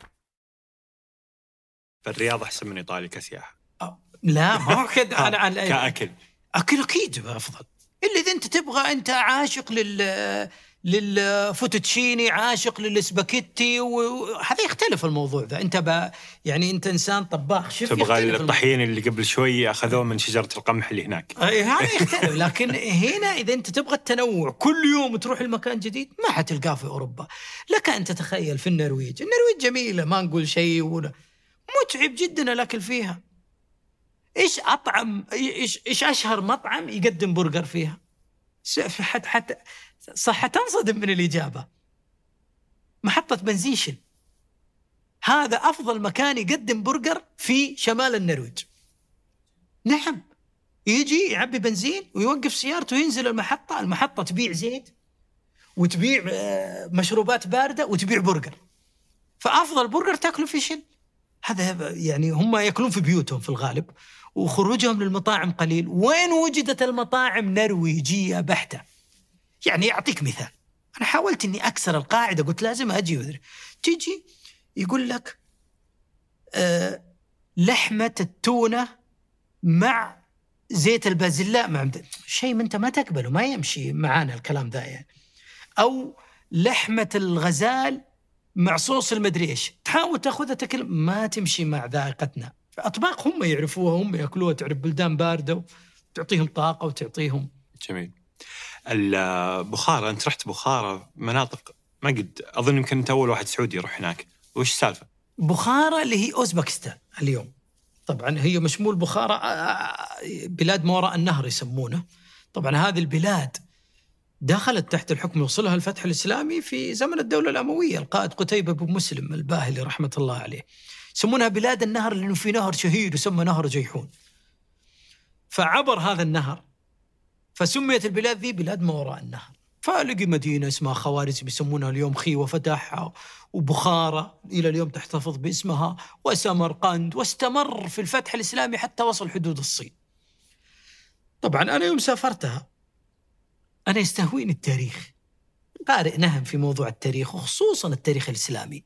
فالرياض أحسن من إيطاليا كسياحة؟ لا ما هو كده. أنا أنا كأكل أكل أكيد أفضل، إلا إذا أنت تبغى أنت عاشق لل للفوتوتشيني عاشق للسباكيتي وهذا يختلف الموضوع ذا. أنت بقى يعني أنت إنسان طباخ شيف، تبغى الطحين اللي قبل شوي أخذوه من شجرة القمح اللي هناك، هذا يختلف. لكن هنا إذا أنت تبغى التنوع كل يوم تروح المكان جديد ما حتلقاه في أوروبا. لك أن تتخيل في النرويج، النرويج جميلة ما نقول شيء ولا متعب جدا الأكل فيها. إيش أطعم إيش إيش أشهر مطعم يقدم برجر فيها؟ حتى حتى صح تنصدم من الإجابة. محطة بنزيشن، هذا أفضل مكان يقدم برجر في شمال النرويج. نعم، يجي يعبي بنزين ويوقف سيارته وينزل المحطة، المحطة تبيع زيت وتبيع مشروبات باردة وتبيع برجر. فأفضل برجر تأكله في شن. هذا يعني هم يأكلون في بيوتهم في الغالب وخروجهم للمطاعم قليل. وين وجدت المطاعم نرويجية بحتة؟ يعني أعطيك مثال، أنا حاولت إني أكسر القاعدة، قلت لازم أجي وذري. تيجي يقول لك أه لحمة التونة مع زيت البازلاء مع شيء ما أنت ما تقبله، ما يمشي معانا الكلام ذا يعني. أو لحمة الغزال مع صوص المدري إيش، تحاول تأخذها تاكل ما تمشي مع ذائقتنا. فأطباق هم يعرفوها هم يأكلوها، تعرف بلدان باردة وتعطيهم طاقة وتعطيهم. جميل. البخارى، أنت رحت بخارى مناطق ما قد أظن يمكن أنت أول واحد سعودي يروح هناك، وش السالفة؟ بخارى اللي هي أوزبكستان اليوم، طبعا هي مشمول بخارى بلاد ما وراء النهر يسمونه. طبعا هذه البلاد دخلت تحت الحكم وصلها الفتح الإسلامي في زمن الدولة الأموية، القائد قتيبة بن مسلم الباهلي رحمة الله عليه. يسمونها بلاد النهر لأنه في نهر شهير يسمى نهر جيحون، فعبر هذا النهر فسميت البلاد ذي بلاد ما وراء النهر. فلقي مدينة اسمها خوارزم يسمونها اليوم خيوة فتحها، وبخارى إلى اليوم تحتفظ باسمها، وسمرقند، واستمر في الفتح الإسلامي حتى وصل حدود الصين. طبعا أنا يوم سافرتها أنا يستهويني التاريخ، قارئ نهم في موضوع التاريخ وخصوصا التاريخ الإسلامي،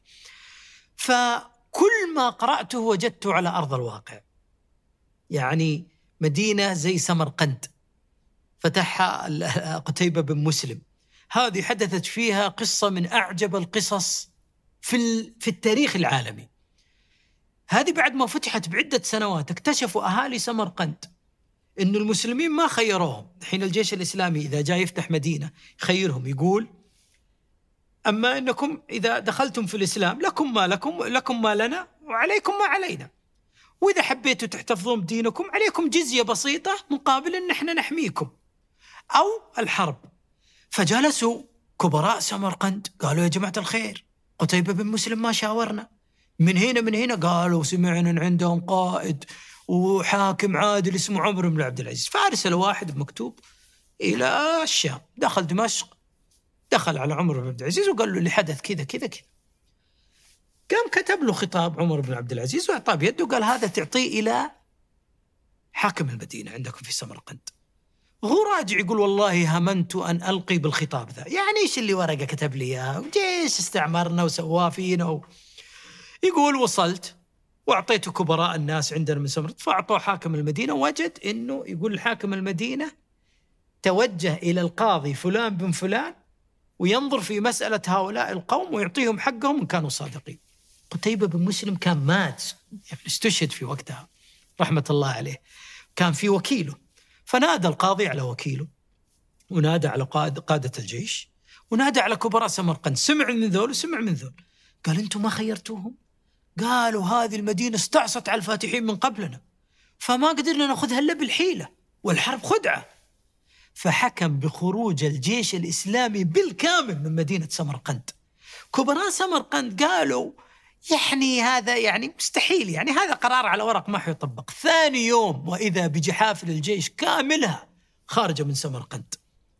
فكل ما قرأته وجدته على أرض الواقع. يعني مدينة زي سمرقند فتحها قتيبة بن مسلم، هذه حدثت فيها قصة من أعجب القصص في في التاريخ العالمي. هذه بعد ما فتحت بعدة سنوات اكتشفوا أهالي سمرقند إن المسلمين ما خيروهم. حين الجيش الإسلامي إذا جاء يفتح مدينة يخيرهم، يقول أما إنكم إذا دخلتم في الإسلام لكم ما لكم لكم ما لنا وعليكم ما علينا، وإذا حبيتوا تحتفظون بدينكم عليكم جزية بسيطة مقابل إن إحنا نحميكم أو الحرب. فجلسوا كبراء سمرقند قالوا يا جماعة الخير قتيبة بن مسلم ما شاورنا، من هنا من هنا قالوا سمعنا إن عندهم قائد وحاكم عادل اسمه عمر بن عبد العزيز. فأرسل واحد بمكتوب إلى الشام، دخل دمشق دخل على عمر بن عبد العزيز وقال له اللي حدث كذا كذا كذا. قام كتب له خطاب عمر بن عبد العزيز وأعطاه بيده وقال هذا تعطيه إلى حاكم المدينة عندكم في سمرقند. هو راجع يقول والله همنت أن ألقي بالخطاب ذا، يعني إيش اللي ورقة كتب لي إياه وجيش استعمرنا وسواه فينا و... يقول وصلت وأعطيت كبراء الناس عندنا من سمرقند، فأعطوه حاكم المدينة، وجد إنه يقول حاكم المدينة توجه إلى القاضي فلان بن فلان وينظر في مسألة هؤلاء القوم ويعطيهم حقهم إن كانوا صادقين. قتيبة بن مسلم كان مات، يعني استشهد في وقتها رحمة الله عليه، كان في وكيله، فنادى القاضي على وكيله ونادى على قاد قادة الجيش ونادى على كبراء سمرقند، سمع من ذول وسمع من ذول. قال أنتم ما خيرتوهم؟ قالوا هذه المدينة استعصت على الفاتحين من قبلنا فما قدرنا نأخذها إلا بالحيلة والحرب خدعة. فحكم بخروج الجيش الإسلامي بالكامل من مدينة سمرقند. كبراء سمرقند قالوا يعني هذا يعني مستحيل، يعني هذا قرار على ورق ما حيطبق. ثاني يوم وإذا بجحافل الجيش كاملها خارجة من سمرقند.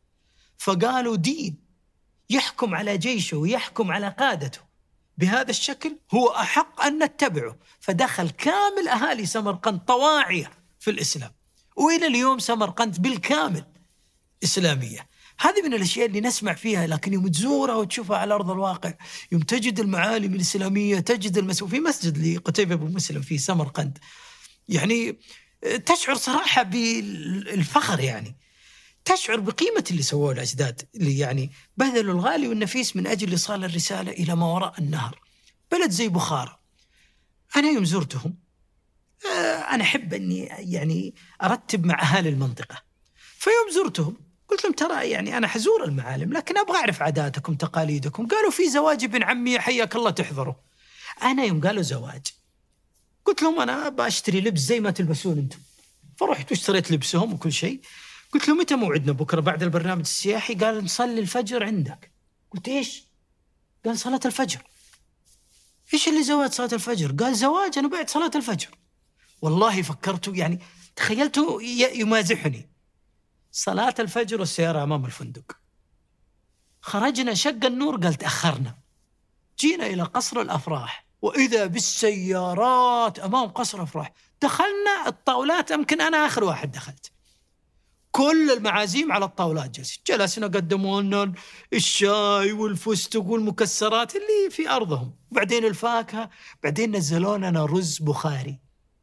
فقالوا دين يحكم على جيشه ويحكم على قادته بهذا الشكل هو أحق أن نتبعه. فدخل كامل أهالي سمرقند طواعية في الإسلام، وإلى اليوم سمرقند بالكامل إسلامية. هذه من الأشياء اللي نسمع فيها، لكن يوم تزورها وتشوفها على أرض الواقع، يوم تجد المعالم الإسلامية، تجد المسجد، في مسجد لقتيبة بن مسلم في سمرقند، يعني تشعر صراحة بالفخر، يعني تشعر بقيمة اللي سووه الأجداد اللي يعني بذلوا الغالي والنفيس من أجل إيصال الرسالة إلى ما وراء النهر. بلد زي بخارى، أنا يوم زرتهم أنا أحب أني يعني أرتب مع أهالي المنطقة، فيوم زرتهم قلت لهم ترى يعني أنا حزور المعالم لكن أبغى أعرف عاداتكم تقاليدكم. قالوا في زواج ابن عمي حياك الله تحضره. أنا يوم قالوا زواج قلت لهم أنا بأشتري لبس زي ما تلبسون أنتم، فرحت واشتريت لبسهم وكل شيء. قلت له متى موعدنا بكرة بعد البرنامج السياحي؟ قال نصلي الفجر عندك. قلت إيش؟ قال صلاة الفجر. إيش اللي زواج صلاة الفجر؟ قال زواج أنا بعد صلاة الفجر. والله فكرته يعني تخيلته يمازحني. صلاة الفجر والسيارة أمام الفندق. خرجنا شق النور، قال تأخرنا، جينا إلى قصر الأفراح وإذا بالسيارات أمام قصر الأفراح. دخلنا الطاولات، يمكن أنا آخر واحد دخلت، كل المعازيم على الطاولات جلس. جلسنا قدموا لنا الشاي والفستق والمكسرات اللي في أرضهم، بعدين الفاكهة، بعدين نزلوا لنا رز بخاري.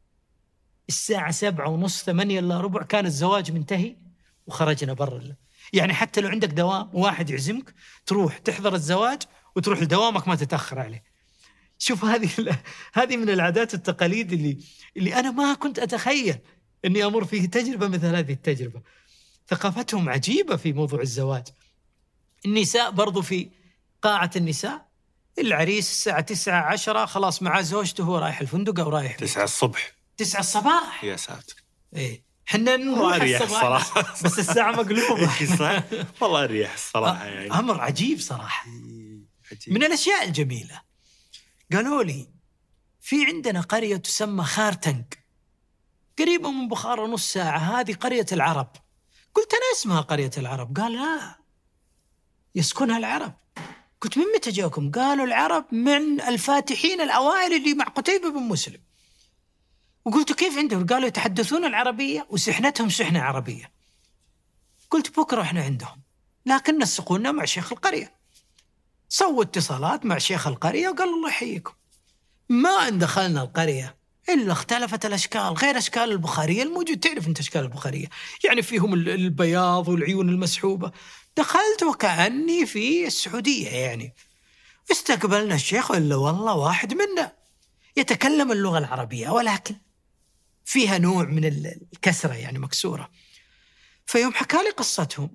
الساعة سبعة ونص ثمانية إلا ربع كان الزواج منتهي وخرجنا برا. يعني حتى لو عندك دوام واحد يعزمك تروح تحضر الزواج وتروح لدوامك ما تتأخر عليه. شوف هذه هذه من العادات والتقاليد اللي اللي أنا ما كنت أتخيل إني أمر فيه تجربة مثل هذه التجربة. ثقافتهم عجيبة في موضوع الزواج. النساء برضو في قاعة النساء، العريس الساعة تسعة عشرة خلاص مع زوجته هو رايح الفندق أو رايح تسعة الصبح تسعة الصباح. يا ساتر. إيه حنا نروح الصباح بس, بس الساعة مقلوبة. والله ريح الصراحة يعني. أمر عجيب صراحة. عجيب. من الأشياء الجميلة قالوا لي في عندنا قرية تسمى خارتنك قريبة من بخارى نص ساعة، هذه قرية العرب. قلت أنا اسمها قرية العرب. قال لا يسكنها العرب. قلت من متى جاكم؟ قالوا العرب من الفاتحين الأوائل اللي مع قتيبة بن مسلم. وقلت كيف عندهم؟ قالوا يتحدثون العربية وسحنتهم سحنة عربية. قلت بكرة احنا عندهم، لكن نسقونا مع شيخ القرية. سووا اتصالات مع شيخ القرية وقال الله يحييكم. ما ان دخلنا القرية إلا اختلفت الأشكال، غير أشكال البخارية الموجود. تعرف أنت أشكال البخارية يعني فيهم البياض والعيون المسحوبة. دخلت وكأني في السعودية يعني. استقبلنا الشيخ إلا والله واحد منا يتكلم اللغة العربية ولكن فيها نوع من الكسرة يعني مكسورة. فيوم حكى لي قصتهم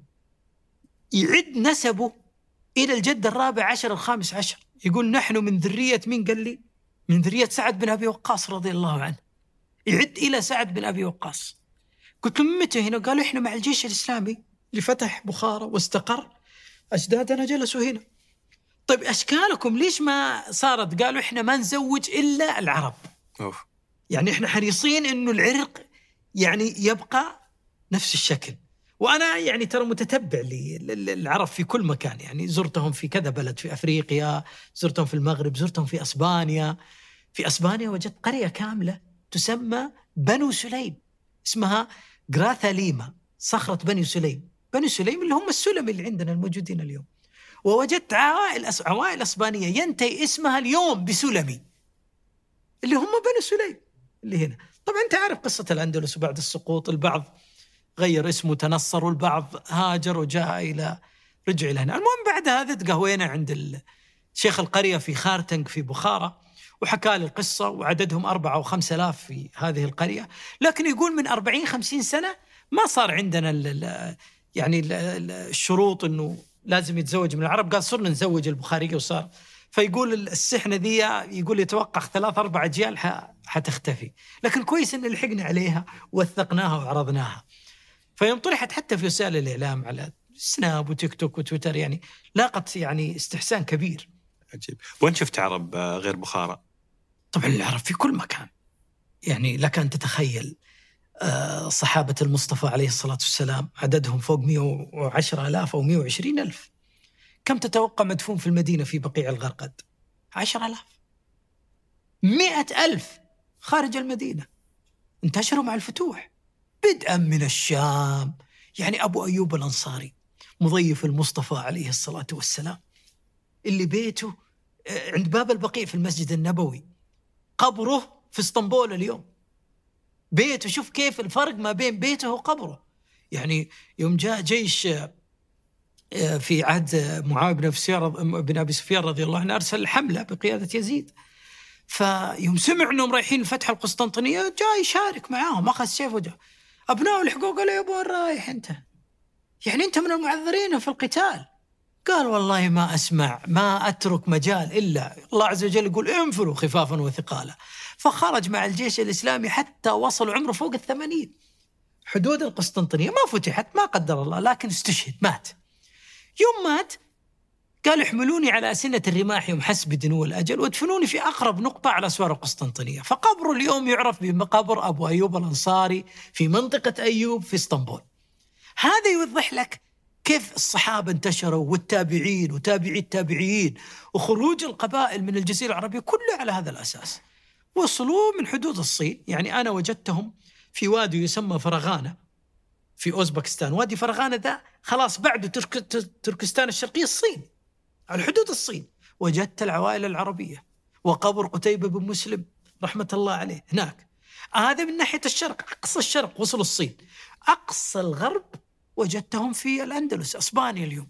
يعد نسبه إلى الجد الرابع عشر الخامس عشر. يقول نحن من ذرية مين؟ قال لي من ذرية سعد بن أبي وقاص رضي الله عنه. يعد إلى سعد بن أبي وقاص. قلت لهم متى هنا؟ قالوا إحنا مع الجيش الإسلامي اللي فتح بخارى واستقر، أجدادنا جلسوا هنا. طيب أشكالكم ليش ما صارت؟ قالوا إحنا ما نزوج إلا العرب. أوف. يعني إحنا حريصين إنه العرق يعني يبقى نفس الشكل، وأنا يعني ترى متتبع للعرب في كل مكان، يعني زرتهم في كذا بلد في أفريقيا، زرتهم في المغرب، زرتهم في أسبانيا. في أسبانيا وجدت قرية كاملة تسمى بنو سليم، اسمها غراثا ليما، صخرة بني سليم. بني سليم اللي هم السلم اللي عندنا الموجودين اليوم. ووجدت عوائل أس... عوائل أسبانية ينتهي اسمها اليوم بسلمي، اللي هم بني سليم اللي هنا. طبعا أنت عارف قصة الأندلس، وبعد السقوط البعض غير اسمه تنصر، والبعض هاجر وجاء إلى رجع إلى هنا. المهم بعد هذا تقهوينا عند شيخ القرية في خارتنج في بخارى، وحكى لي القصة، وعددهم أربعة أو خمسة آلاف في هذه القرية. لكن يقول من أربعين خمسين سنة ما صار عندنا ال ال يعني ال الشروط إنه لازم يتزوج من العرب، قال صرنا نزوج البخارية وصار. فيقول السحنة ذي يقول يتوقع ثلاث أربع أجيال حتختفي، لكن كويس إن لحقنا عليها ووثقناها وعرضناها. فيوم طرحت حتى في وسائل الإعلام على سناب وتيك توك وتويتر، يعني لاقت يعني استحسان كبير. عجيب. وين شفت عرب غير بخارى؟ طبعا العرب في كل مكان، يعني لك أن تتخيل صحابة المصطفى عليه الصلاة والسلام عددهم فوق مئة وعشرة آلاف أو مئة وعشرين ألف. كم تتوقع مدفون في المدينة في بقيع الغرقد؟ عشرة آلاف. مئة ألف خارج المدينة، انتشروا مع الفتوح بدءا من الشام. يعني أبو أيوب الأنصاري مضيف المصطفى عليه الصلاة والسلام، اللي بيته عند باب البقيع في المسجد النبوي، قبره في اسطنبول اليوم. بيته، شوف كيف الفرق ما بين بيته وقبره. يعني يوم جاء جيش في عهد معاوية بن أبي سفيان رضي الله عنه، أرسل حملة بقيادة يزيد، فيوم سمع أنهم رايحين فتح القسطنطينية جاء يشارك معاهم، أخذ سيف وجاء. أبناء الحقوق قالوا يا أبو رايح أنت، يعني أنت من المعذرين في القتال. قال والله ما أسمع، ما أترك مجال إلا الله عز وجل يقول انفروا خفافا وثقالا. فخرج مع الجيش الإسلامي حتى وصل عمره فوق الثمانين. حدود القسطنطينية ما فتحت، ما قدر الله، لكن استشهد، مات. يوم مات قال احملوني على أسنة الرماح يوم حسب دنو الأجل وادفنوني في أقرب نقطة على أسوار القسطنطينية. فقبره اليوم يعرف بقبر أبو أيوب الأنصاري في منطقة أيوب في اسطنبول. هذا يوضح لك كيف الصحابة انتشروا، والتابعين وتابعي التابعيين، وخروج القبائل من الجزيرة العربية كله على هذا الأساس. وصلوا من حدود الصين. يعني أنا وجدتهم في وادي يسمى فرغانة في أوزبكستان. وادي فرغانة ذا خلاص بعد ترك... تركستان الشرقية الصين، على حدود الصين. وجدت العوائل العربية وقبر قتيبة بن مسلم رحمة الله عليه هناك. هذا من ناحية الشرق، أقصى الشرق وصلوا الصين. أقصى الغرب وجدتهم في الأندلس، أسبانيا اليوم.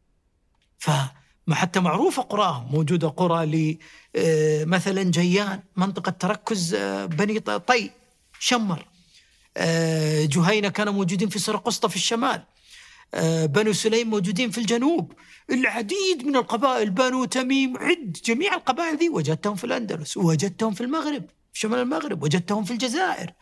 فما حتى معروفة قراهم، موجودة قرى لي مثلا جيان، منطقة تركز بني طي شمر. جهينة كانوا موجودين في سرقسطة في الشمال. بنو سليم موجودين في الجنوب. العديد من القبائل، بنو تميم، عد جميع القبائل ذي وجدتهم في الأندلس، ووجدتهم في المغرب في شمال المغرب، وجدتهم في الجزائر.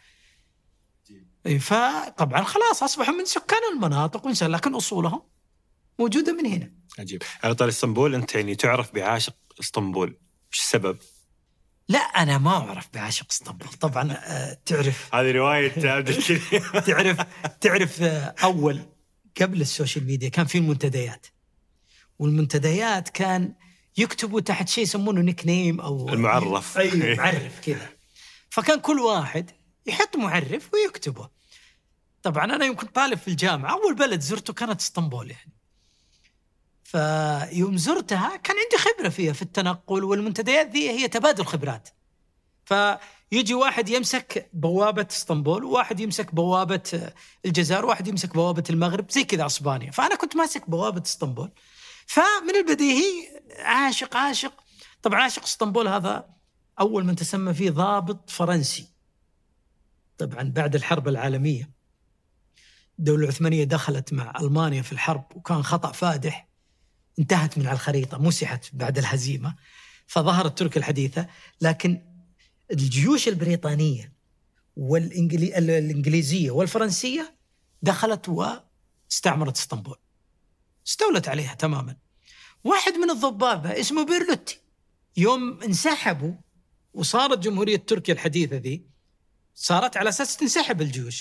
فطبعا خلاص أصبحوا من سكان المناطق ونسأل، لكن أصولهم موجودة من هنا. عجيب. على طاري اسطنبول، أنت يعني تعرف بعاشق اسطنبول، وش السبب؟ لا أنا ما أعرف بعاشق اسطنبول طبعا. آه تعرف هذه رواية عبد الكريم. تعرف تعرف آه أول قبل السوشيال ميديا كان في المنتديات، والمنتديات كان يكتبوا تحت شيء يسمونه نيك نيم أو المعرف. أي معرف كذا. فكان كل واحد يحط معرف ويكتبه. طبعا أنا يمكن طالب في الجامعة، أول بلد زرته كانت اسطنبول يعني. فيوم زرتها كان عندي خبرة فيها في التنقل، والمنتديات ذي هي تبادل خبرات. فيجي واحد يمسك بوابة اسطنبول، وواحد يمسك بوابة الجزائر، وواحد يمسك بوابة المغرب، زي كذا اسبانيا. فأنا كنت ماسك بوابة اسطنبول. فمن البديهي عاشق عاشق طبعا عاشق اسطنبول هذا أول من تسمى فيه ضابط فرنسي. طبعا بعد الحرب العالمية الدولة العثمانية دخلت مع ألمانيا في الحرب، وكان خطأ فادح، انتهت من على الخريطة، مسحت بعد الهزيمة، فظهرت تركيا الحديثة. لكن الجيوش البريطانية والإنجليزية والفرنسية دخلت واستعمرت اسطنبول، استولت عليها تماما. واحد من الضباط اسمه بيرلوتي يوم انسحبوا وصارت جمهورية تركيا الحديثة ذي، صارت على أساس تنسحب الجيوش،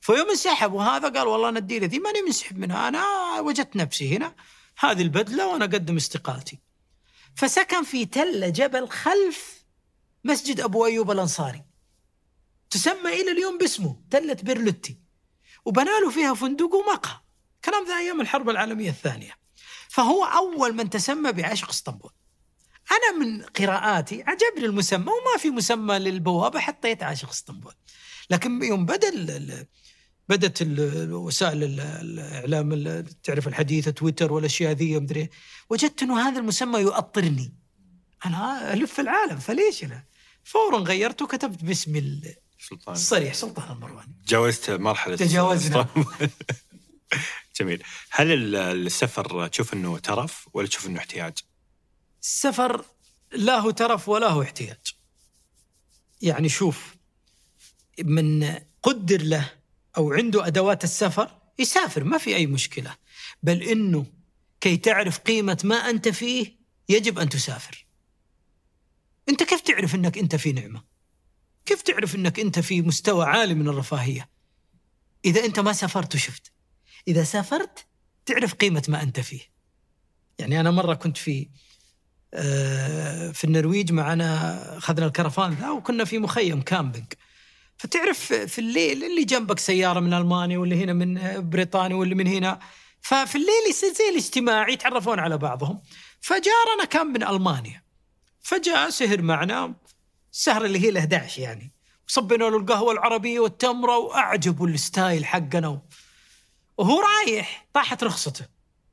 فيوم انسحب وهذا قال والله أنا أديله ذي ماني منسحب منها، أنا وجدت نفسي هنا هذه البدلة وأنا أقدم استقالتي. فسكن في تلة جبل خلف مسجد أبو أيوب الأنصاري، تسمى إلى اليوم باسمه تلة بيرلوتي، وبناله فيها فندق ومقهى. كلام ذا أيام الحرب العالمية الثانية. فهو أول من تسمى بعاشق اسطنبول. أنا من قراءاتي عجبني المسمى، وما في مسمى للبوابة حطيت عاشق اسطنبول. لكن يوم بدأ بدت وسائل الإعلام تعرف الحديثة تويتر والأشياء ذي مدري، وجدت إنه هذا المسمى يؤطرني، أنا ألف العالم فليش لا؟ فورا غيرته وكتبت باسم الصريح سلطان المرواني. تجاوزت مرحلة تجاوزنا. جميل. هل السفر تشوف إنه ترف ولا تشوف إنه احتياج؟ السفر لا هو ترف ولا هو احتياج. يعني شوف، من قدر له أو عنده أدوات السفر يسافر ما في أي مشكلة، بل إنه كي تعرف قيمة ما أنت فيه يجب أن تسافر. أنت كيف تعرف أنك أنت في نعمة؟ كيف تعرف أنك أنت في مستوى عالي من الرفاهية؟ إذا أنت ما سافرت وشفت. إذا سافرت تعرف قيمة ما أنت فيه. يعني أنا مرة كنت في في النرويج معنا، أخذنا الكرفان ذا وكنا في مخيم كامبينج. فتعرف في الليل اللي جنبك سيارة من ألمانيا واللي هنا من بريطانيا واللي من هنا، ففي الليل يصير زي الاجتماع يتعرفون على بعضهم. فجارنا كان من ألمانيا، فجاء سهر معنا السهرة اللي هي الأحد عشر يعني، وصبنا له القهوة العربية والتمرة وأعجبوا الستايل حقنا، وهو رايح طاحت رخصته.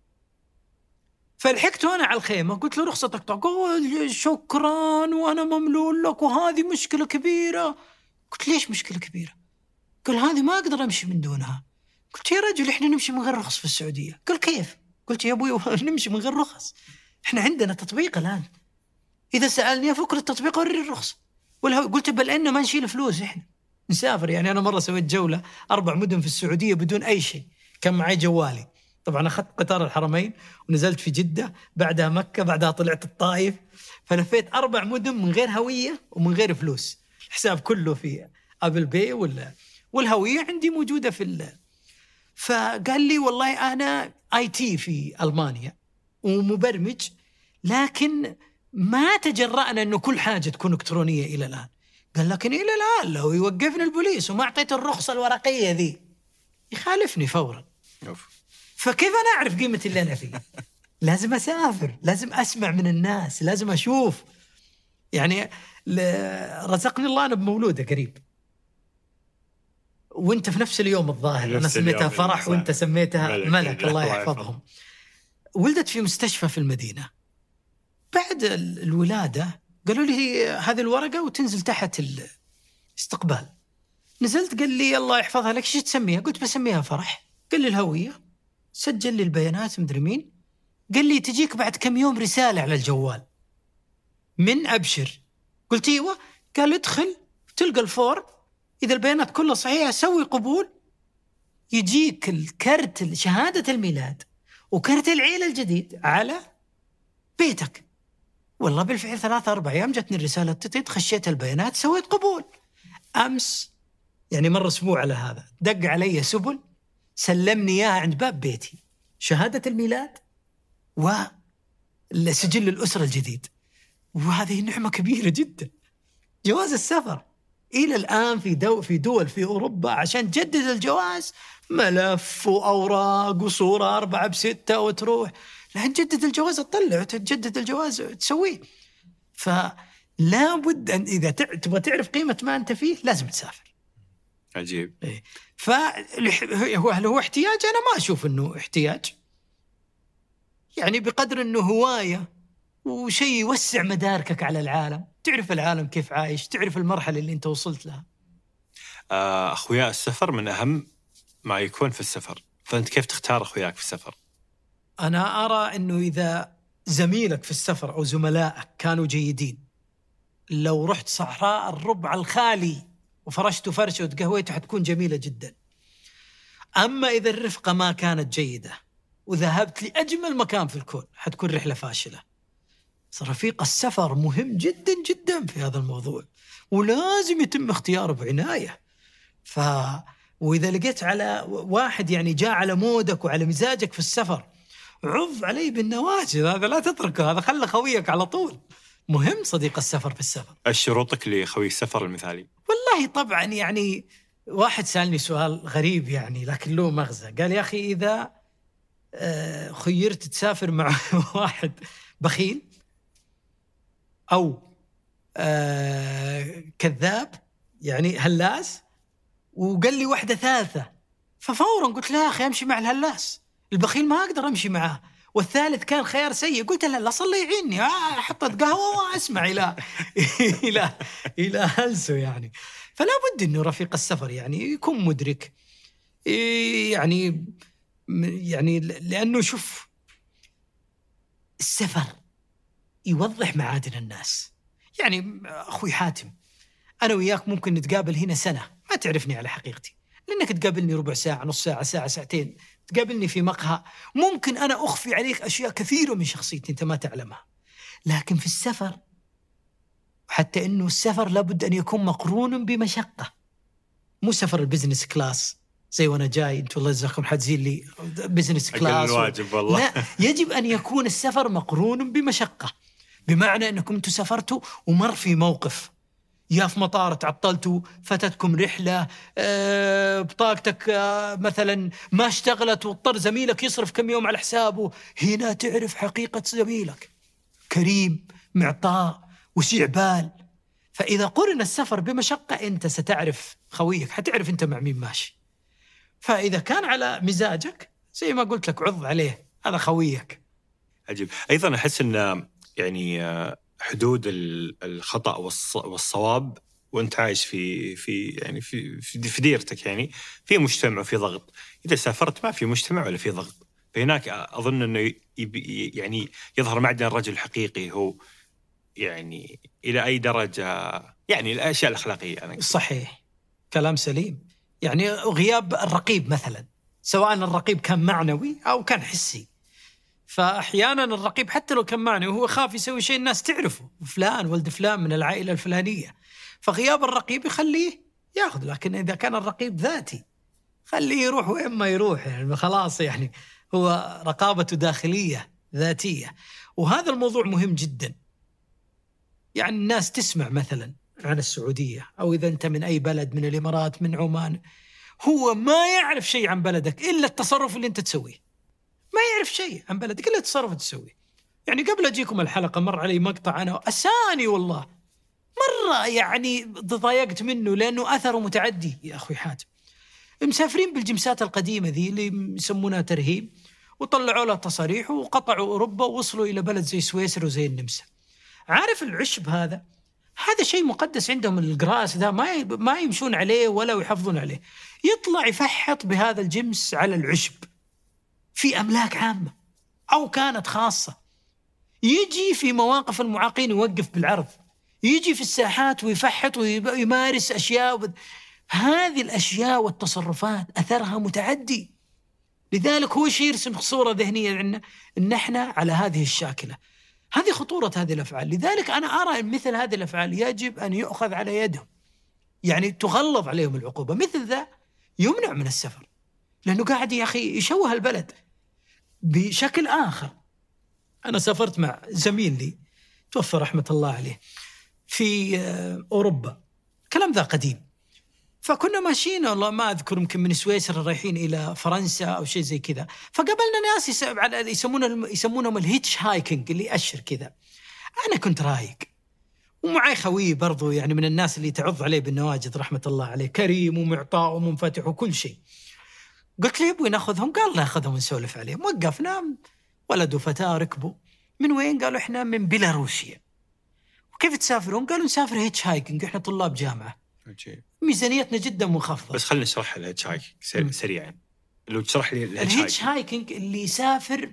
فلحقته أنا على الخيمة قلت له رخصتك؟ قال شكرا وأنا مملول لك وهذه مشكلة كبيرة. قلت ليش مشكلة كبيرة؟ قال هذه ما أقدر أمشي من دونها. قلت يا رجل إحنا نمشي من غير رخص في السعودية. قال كيف؟ قلت يا أبوي نمشي من غير رخص، إحنا عندنا تطبيق الآن، إذا سألني أفكر التطبيق وري الرخص. قلت بل إنه ما نشيل فلوس، إحنا نسافر. يعني أنا مرة سويت جولة أربع مدن في السعودية بدون أي شيء، كان معي جوالي. طبعا أخذت قطار الحرمين ونزلت في جدة، بعدها مكة، بعدها طلعت الطائف. فلفيت أربع مدن من غير هوية ومن غير فلوس، الحساب كله في أبل باي ولا والهوية عندي موجودة في ال... فقال لي والله أنا آي تي في ألمانيا ومبرمج، لكن ما تجرأنا أنه كل حاجة تكون إلكترونية إلى الآن. قال لكن إلى الآن لو يوقفني البوليس وما أعطيت الرخصة الورقية ذي يخالفني فورا. فكيف أنا أعرف قيمة اللي أنا فيه؟ لازم أسافر، لازم أسمع من الناس، لازم أشوف. يعني رزقني الله أنا بمولودة قريب، وانت في نفس اليوم الظاهر، أنا سميتها فرح وانت سميتها ملك, ملك الله يحفظهم. ولدت في مستشفى في المدينة. بعد الولادة قالوا لي هذه الورقة وتنزل تحت الاستقبال. نزلت قال لي الله يحفظها لك، شو تسميها؟ قلت بسميها فرح. قال لي الهوية، سجل لي البيانات مدري مين. قال لي تجيك بعد كم يوم رسالة على الجوال من أبشر. قلت ايوه. قال ادخل تلقى الفور، إذا البيانات كلها صحيحة سوي قبول، يجيك الكرت شهادة الميلاد وكرت العيلة الجديد على بيتك. والله بالفعل ثلاثة أربع أيام جتني الرسالة تتيت، خشيت البيانات سويت قبول. أمس يعني مر أسبوع على هذا دق علي سبل سلمني إياها عند باب بيتي، شهادة الميلاد وسجل الأسرة الجديد. وهذه نعمة كبيرة جدا. جواز السفر إلى الآن في دو في دول في أوروبا عشان تجدد الجواز ملف وأوراق وصورة أربعة بستة وتروح، لأن تجدد الجواز تطلع وتجدد الجواز تسويه. فلا بد أن إذا تبغى تعرف قيمة ما أنت فيه لازم تسافر. عجيب. إيه. فهو هل هو احتياج؟ أنا ما أشوف إنه احتياج، يعني بقدر إنه هواية وشيء يوسع مداركك على العالم، تعرف العالم كيف عايش، تعرف المرحلة اللي أنت وصلت لها. أخويا السفر من أهم ما يكون في السفر، فأنت كيف تختار أخوياك في السفر؟ أنا أرى أنه إذا زميلك في السفر أو زملائك كانوا جيدين، لو رحت صحراء الربع الخالي وفرشت فرشة وتقهويت حتكون جميلة جدا. أما إذا الرفقة ما كانت جيدة وذهبت لأجمل مكان في الكون حتكون رحلة فاشلة. رفيق السفر مهم جدا جدا في هذا الموضوع، ولازم يتم اختياره بعناية. ف وإذا لقيت على واحد يعني جاء على مودك وعلى مزاجك في السفر عض عليه بالنواجذ، هذا لا تتركه، هذا خلى خويك على طول. مهم صديق السفر في السفر. الشروطك لخوي السفر المثالي؟ والله طبعا يعني واحد سألني سؤال غريب يعني لكن له مغزى، قال يا أخي إذا خيرت تسافر مع واحد بخيل أو كذاب يعني هلاس، وقال لي واحدة ثالثة، ففورا قلت له يا أخي أمشي مع الهلاس، البخيل ما أقدر أمشي معاه، والثالث كان خيار سيء، قلت له لا صلي يعيني، حطت قهوة وأسمع إلى إلى إلى هلسه يعني. فلا بد إنه رفيق السفر يعني يكون مدرك يعني يعني لأنه شوف السفر يوضح معادن الناس. يعني أخوي حاتم أنا وياك ممكن نتقابل هنا سنة ما تعرفني على حقيقتي، لأنك تقابلني ربع ساعة نص ساعة ساعة ساعتين، تقابلني في مقهى ممكن أنا أخفي عليك أشياء كثيرة من شخصيتي أنت ما تعلمها. لكن في السفر، حتى أنه السفر لابد أن يكون مقرون بمشقة، مو سفر البزنس كلاس زي وانا جاي انتوا الله يجزاكم حاجزين لي بزنس كلاس الواجب والله. لا، يجب ان يكون السفر مقرون بمشقه، بمعنى انكم انتوا سافرتوا ومر في موقف، يا في مطار تعطلتوا، فاتتكم رحله، آه بطاقتك آه مثلا ما اشتغلت واضطر زميلك يصرف كم يوم على حسابه، هنا تعرف حقيقه زميلك كريم معطاء وسيع بال. فاذا قرن السفر بمشقه انت ستعرف خويك، حتعرف انت مع مين ماشي. فإذا كان على مزاجك زي ما قلت لك عض عليه، هذا خويك. عجيب. أيضا أحس أن يعني حدود الخطأ والصواب وأنت عايش في في يعني في في ديرتك، يعني في مجتمع وفي ضغط. إذا سافرت ما في مجتمع ولا في ضغط، فهناك أظن أنه يعني يظهر معدن الرجل الحقيقي، هو يعني إلى أي درجة يعني الأشياء الأخلاقية. أنا صحيح، كلام سليم. يعني غياب الرقيب مثلا، سواء الرقيب كان معنوي أو كان حسي، فأحيانا الرقيب حتى لو كان معنوي هو خاف يسوي شيء الناس تعرفه، فلان ولد فلان من العائلة الفلانية، فغياب الرقيب يخليه ياخذ. لكن إذا كان الرقيب ذاتي خليه يروح وين ما يروح، يعني خلاص يعني هو رقابته داخلية ذاتية. وهذا الموضوع مهم جدا. يعني الناس تسمع مثلا عن السعودية، أو إذا أنت من أي بلد من الإمارات من عمان، هو ما يعرف شيء عن بلدك إلا التصرف اللي أنت تسويه، ما يعرف شيء عن بلدك إلا التصرف اللي تسويه. يعني قبل أجيكم الحلقة مر علي مقطع أنا أساني والله مرة يعني ضايقت منه، لأنه أثره متعدي يا أخوي حاتم. مسافرين بالجمسات القديمة ذي اللي يسمونها ترهيب، وطلعوا له تصاريح وقطعوا أوروبا ووصلوا إلى بلد زي سويسرا وزي النمسا. عارف العشب هذا هذا شيء مقدس عندهم، الجراس ذا ما ما يمشون عليه ولا يحافظون عليه. يطلع يفحط بهذا الجمس على العشب في أملاك عامة أو كانت خاصة، يجي في مواقف المعاقين يوقف بالعرض، يجي في الساحات ويفحط ويمارس أشياء. هذه الأشياء والتصرفات أثرها متعدي، لذلك هو شيء يرسم صورة ذهنية عنا إن إحنا على هذه الشاكلة. هذه خطورة هذه الأفعال. لذلك أنا أرى أن مثل هذه الأفعال يجب أن يؤخذ على يدهم، يعني تغلظ عليهم العقوبة. مثل ذا يمنع من السفر، لأنه قاعد يا أخي يشوه البلد بشكل آخر. أنا سافرت مع زميل لي توفى رحمة الله عليه في أوروبا، كلام ذا قديم، فكنا ماشيين والله ما أذكر يمكن من سويسرا رايحين إلى فرنسا أو شيء زي كذا، فقابلنا ناس يسمونه يسمونهم الهيتش هايكينج اللي يأشر كذا. أنا كنت رايق ومعي خوي برضو يعني من الناس اللي تعض عليه بالنواجذ رحمة الله عليه، كريم ومعطاء ومنفتح وكل شيء. قلت لي يبغى ناخذهم، قال لا أخذهم ونسولف عليهم. وقفنا ولد وفتاة ركبوا. من وين؟ قالوا إحنا من بيلاروسيا. وكيف تسافرون؟ قالوا نسافر هيتش هايكينج، إحنا طلاب جامعة. أوكي. ميزانيتنا جدا منخفضة. بس خلينا نشرح الهيتش هايكينج سريعا. لو تشرح لي الهيتش, الهيتش هايكينج اللي يسافر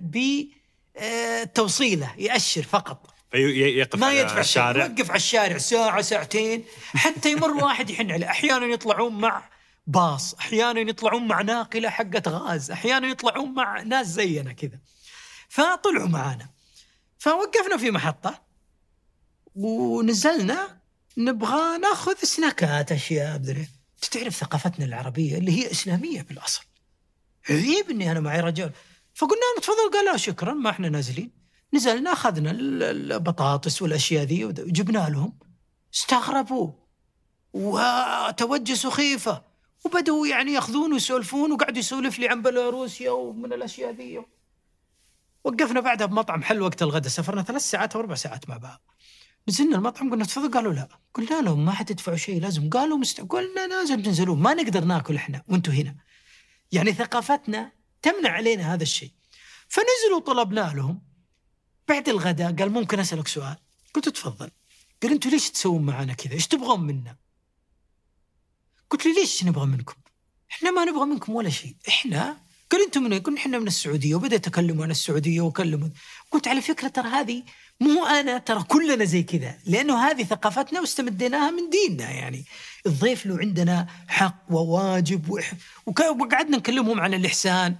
بتوصيله يأشر فقط، يقف ما يدفع على الشارع، يوقف على الشارع ساعة ساعتين حتى يمر واحد يحن عليه. أحيانا يطلعون مع باص، أحيانا يطلعون مع ناقلة حقة غاز، أحيانا يطلعون مع ناس زينا كذا. فطلعوا معانا، فوقفنا في محطة ونزلنا نبغى ناخذ سناكات أشياء بدري. تعرف ثقافتنا العربية اللي هي إسلامية بالأصل، عيب إني أنا معي رجال. فقلنا له تفضل، قال لا شكرا ما إحنا نازلين. نزلنا أخذنا البطاطس والأشياء ذي وجبنا لهم، استغربوا وتوجسوا خيفة، وبدوا يعني يأخذون ويسولفون، وقعدوا يسولف لي عن بيلاروسيا ومن الأشياء ذي. وقفنا بعدها بمطعم حل وقت الغداء، سافرنا ثلاث ساعات أو أربع ساعات مع بعض. نزلنا المطعم قلنا تفضل، قالوا لا. قلنا لهم ما حتدفعوا شيء لازم، قالوا مست... قلنا لازم تنزلون، ما نقدر ناكل إحنا وانتوا هنا، يعني ثقافتنا تمنع علينا هذا الشيء. فنزلوا طلبنا لهم بعد الغداء، قال ممكن أسألك سؤال؟ قلت تفضل. قال أنتوا ليش تسوون معنا كذا؟ إيش تبغون منا؟ قلت لي ليش نبغى منكم؟ إحنا ما نبغى منكم ولا شيء. إحنا قال أنتم من؟ قلنا إحنا من السعودية. وبدأ يتكلموا عن السعودية وكلموا. قلت على فكرة ترى هذه مو أنا، ترى كلنا زي كذا، لأنه هذه ثقافتنا واستمديناها من ديننا. يعني الضيف له عندنا حق وواجب، وقعدنا نكلمهم عن الإحسان.